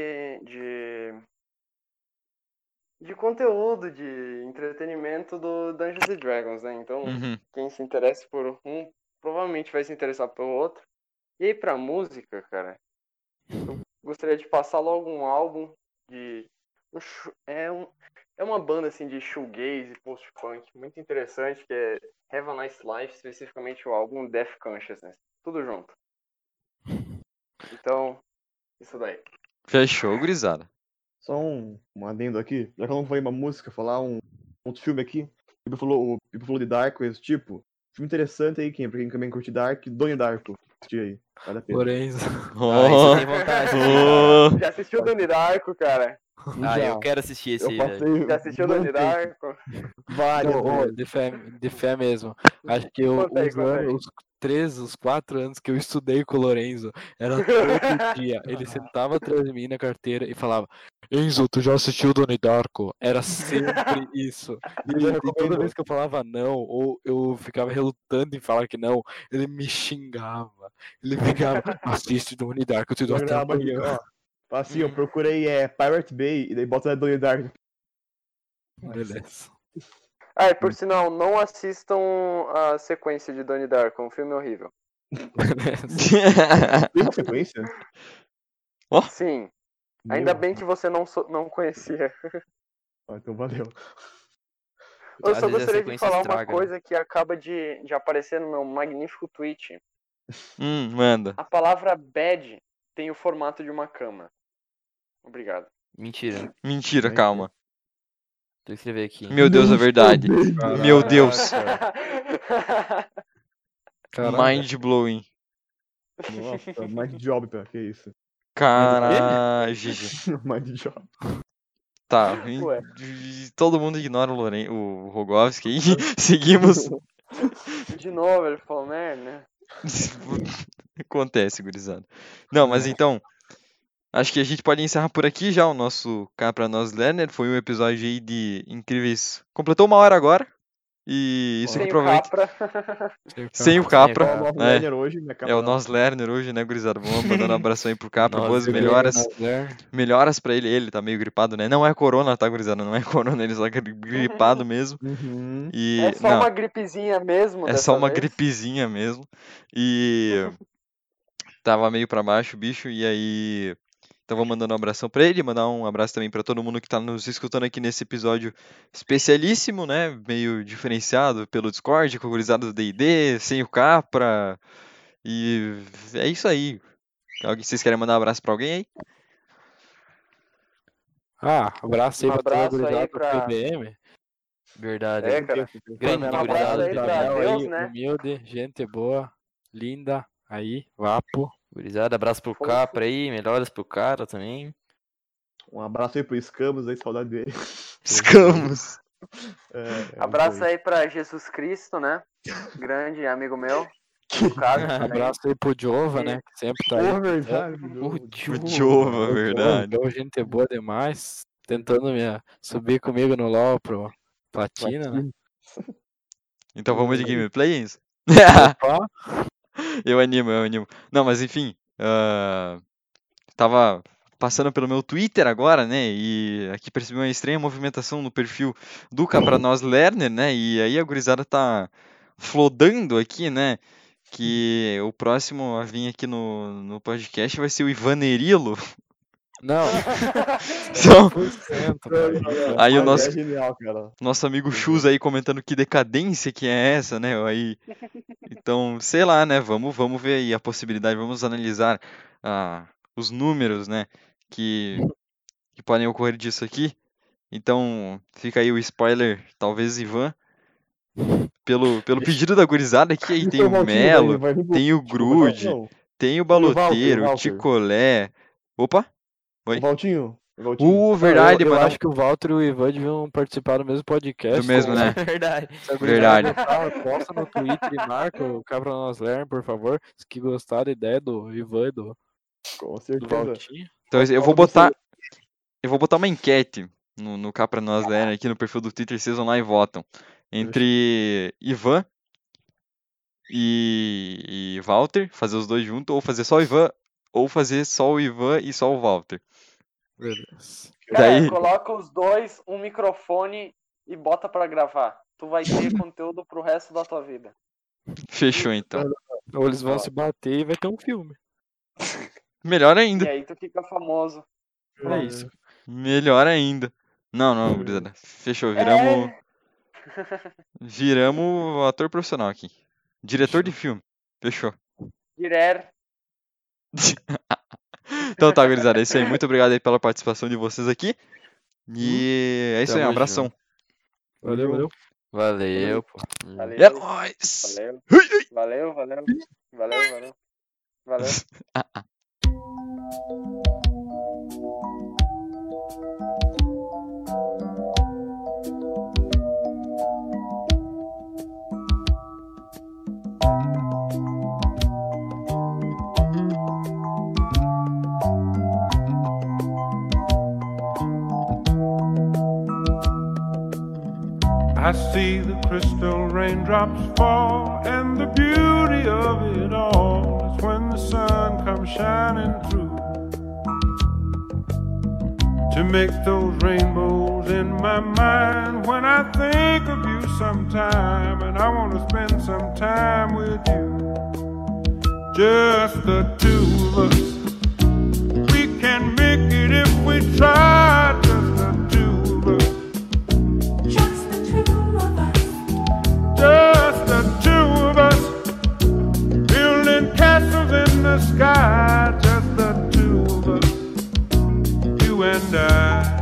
de conteúdo, de entretenimento do Dungeons and Dragons, né? Então, Uhum. quem se interessa por um, provavelmente vai se interessar pelo outro. E aí, pra música, cara, eu gostaria de passar logo um álbum de... É uma banda, assim, de shoegaze e post-punk muito interessante, que é Have a Nice Life, especificamente o álbum Death Consciousness. Tudo junto. Então, isso daí. Fechou, gurizada. Só um adendo aqui. Já que eu não falei uma música, falar um outro filme aqui. O Pipo falou de Dark, esse tipo. Filme interessante aí, pra quem também curte Dark, Donnie Darko. Assistir aí. Vale a pena. Lorenzo. Isso eu tenho vontade de assistir, cara. Já assistiu o Donnie Darko, cara? Eu quero assistir esse Eu aí, velho. passei. Já assistiu o Donnie Darko? Várias vezes. De fé mesmo. Acho que Conta aí. os 4 anos que eu estudei com o Lorenzo, era todo dia. Ele sentava atrás de mim na carteira e falava: Enzo, tu já assistiu Donnie Darko? Era sempre isso. E toda vez que eu falava não, ou eu ficava relutando em falar que não, ele me xingava. Ele ficava: assiste Donnie Darko, eu te dou até Programa aqui, amanhã. ó. Assim, eu procurei Pirate Bay e daí bota Donnie Darko. Beleza. Ah, e por sinal, não assistam a sequência de Donnie Darko, um filme horrível. Tem uma sequência? Sim, ainda bem que você não conhecia. Então valeu. Eu Às só vezes a gostaria de sequência falar uma estraga, né? coisa que acaba de aparecer no meu magnífico tweet. Manda. A palavra bad tem o formato de uma cama. Obrigado. Mentira. Mentira, Ai, calma. Vou escrever aqui. Meu Deus, é verdade. Meu Deus. Caralho. Mind blowing. Nossa, Mind Job, pá, que isso? Caralho, GG. Mind Job. Tá, Ué. todo mundo ignora o Rogovski aí. Seguimos. De novo, ele falou merda, né? Acontece, gurizada. Não, mas então, acho que a gente pode encerrar por aqui já o nosso Cá Pra Nós Lerner. Foi um episódio aí de incríveis... Completou 1 hora agora. E isso aqui Sem o provavelmente... Capra. Sem o Sem Capra. o Só o nosso É. Lerner hoje, né? É o nosso Lerner hoje, né, gurizada? Vamos mandando um abração aí pro Capra. Nós Boas Lerner. melhoras. Melhoras pra ele. Ele tá meio gripado, né? Não é corona, tá, gurizada? Não é corona, ele só tá gripado mesmo. Uhum. E... É só não, uma gripezinha mesmo é dessa só uma vez. gripezinha mesmo. E... tava meio pra baixo o bicho, e aí... Então vou mandando um abração pra ele, mandar um abraço também pra todo mundo que tá nos escutando aqui nesse episódio especialíssimo, né? Meio diferenciado pelo Discord, com o gurizada do D&D, sem o Capra. E é isso aí. Vocês querem mandar um abraço pra alguém aí? Abraço aí Um pra toda a abraço aí gurizada do pra... PBM. Verdade. É, cara. Grande Um abraço gurizada aí do pra PBM. Deus, né? Humilde, gente boa, linda, aí, vapo. Gurizada, abraço pro Fofo. Capra aí, melhoras pro cara também. Um abraço aí pro Escamas aí, saudade dele. Escamos. Abraço aí pra Jesus Cristo, né? Grande amigo meu. No caso, também. Abraço aí pro Jova, né, que sempre tá aí. Porra, verdade. O Jova, verdade. Jova, gente boa demais, tentando subir comigo no LoL pro Platina, né. Então vamos de gameplay, é isso? Opa, Eu animo. Não, mas enfim. Tava passando pelo meu Twitter agora, né? E aqui percebi uma estranha movimentação no perfil do Cá Pra Nós Lerner, né? E aí a gurizada tá flodando aqui, né? Que o próximo a vir aqui no podcast vai ser o Ivan Nerilo. não, Então, 100%, cara. aí o Mas é genial, cara. nosso amigo Chus aí comentando que decadência que é essa, né? Aí, então, sei lá, né? Vamos ver aí a possibilidade, vamos analisar os números, né? Que podem ocorrer disso aqui. Então, fica aí o spoiler, talvez Ivan. Pelo pedido da gurizada aqui, aí tem o Melo, tem o Grude, tem o Baloteiro, o Ticolé. Opa! Oi. O Valtinho. Verdade, eu mano. acho que o Walter e o Ivan deviam participar do mesmo podcast. Do mesmo, né? Verdade. Se a gurizada Verdade. gostar, posta no Twitter e marca o Cá Pra Nós Lerner, por favor. Se que gostar da ideia do Ivan e do Com do certeza. Valtinho. Então eu vou botar uma enquete no Cá Pra Nós Lerner aqui no perfil do Twitter, vocês vão lá e votam. Entre Ivan e Walter, fazer os dois juntos, ou fazer só o Ivan, ou fazer só o Ivan e só o Walter. Beleza. Daí, Coloca os dois, um microfone e bota pra gravar. Tu vai ter conteúdo pro resto da tua vida. fechou então. Ou eles vão se bater e vai ter um filme. Melhor E ainda. aí tu fica famoso. É isso. Melhor ainda. Não, gurizada. Fechou, viramos ator profissional aqui. Diretor de filme. Fechou. Direto. Então tá, gurizada, é isso aí. Muito obrigado aí pela participação de vocês aqui. E é isso aí, um Tamo abração. junto. Valeu. Valeu, pô. Valeu. É nóis! Valeu. Valeu. I see the crystal raindrops fall, and the beauty of it all is when the sun comes shining through. to make those rainbows in my mind when I think of you sometime, and I want to spend some time with you. Just the two of us. We can make it if we try. Just the two of us. Just the two of us. Just the two of us. Building castles in the sky. Just the two of us. You and I.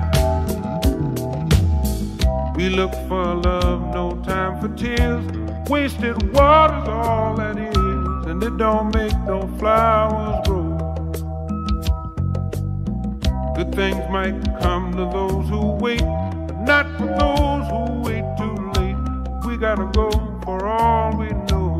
We look for love, no time for tears. Wasted water's all that is, and it don't make no flowers grow. Good things might come to those who wait, but not for those who wait too late. We gotta go for all we know.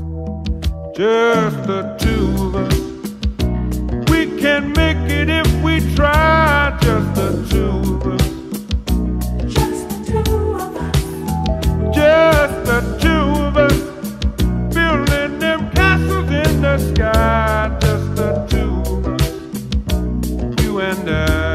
Just the two of us. We can make it if we try. Just the two of us. Just the two of us. Just the two of us. Building them castles in the sky. Just the two of us. You and I.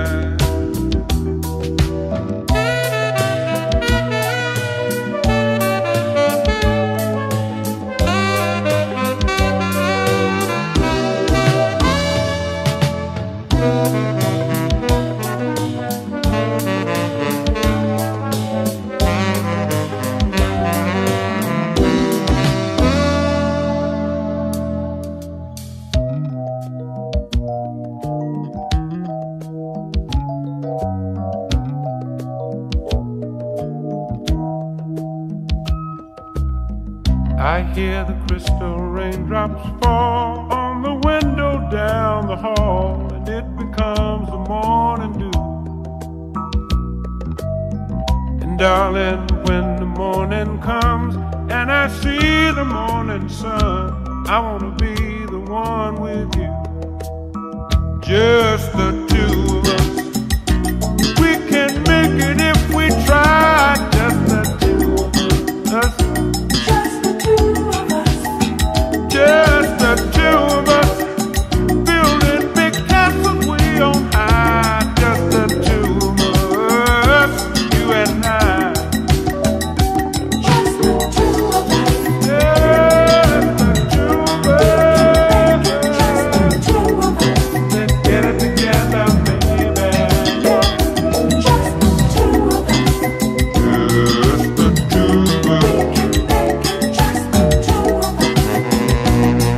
I hear the crystal raindrops fall on the window down the hall, and it becomes the morning dew. And darling, when the morning comes and I see the morning sun, I wanna be the one with you. Just the two of us. We can make it if we try. Just the two of us. Just the two of us, building big castles way on high. Just the two of us, you and I. Just the two of us. Just the two of us. Just the two of us. Let's get it together, baby. Just the two of us. Just the two of us. We can make it. Just the two of us.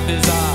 is our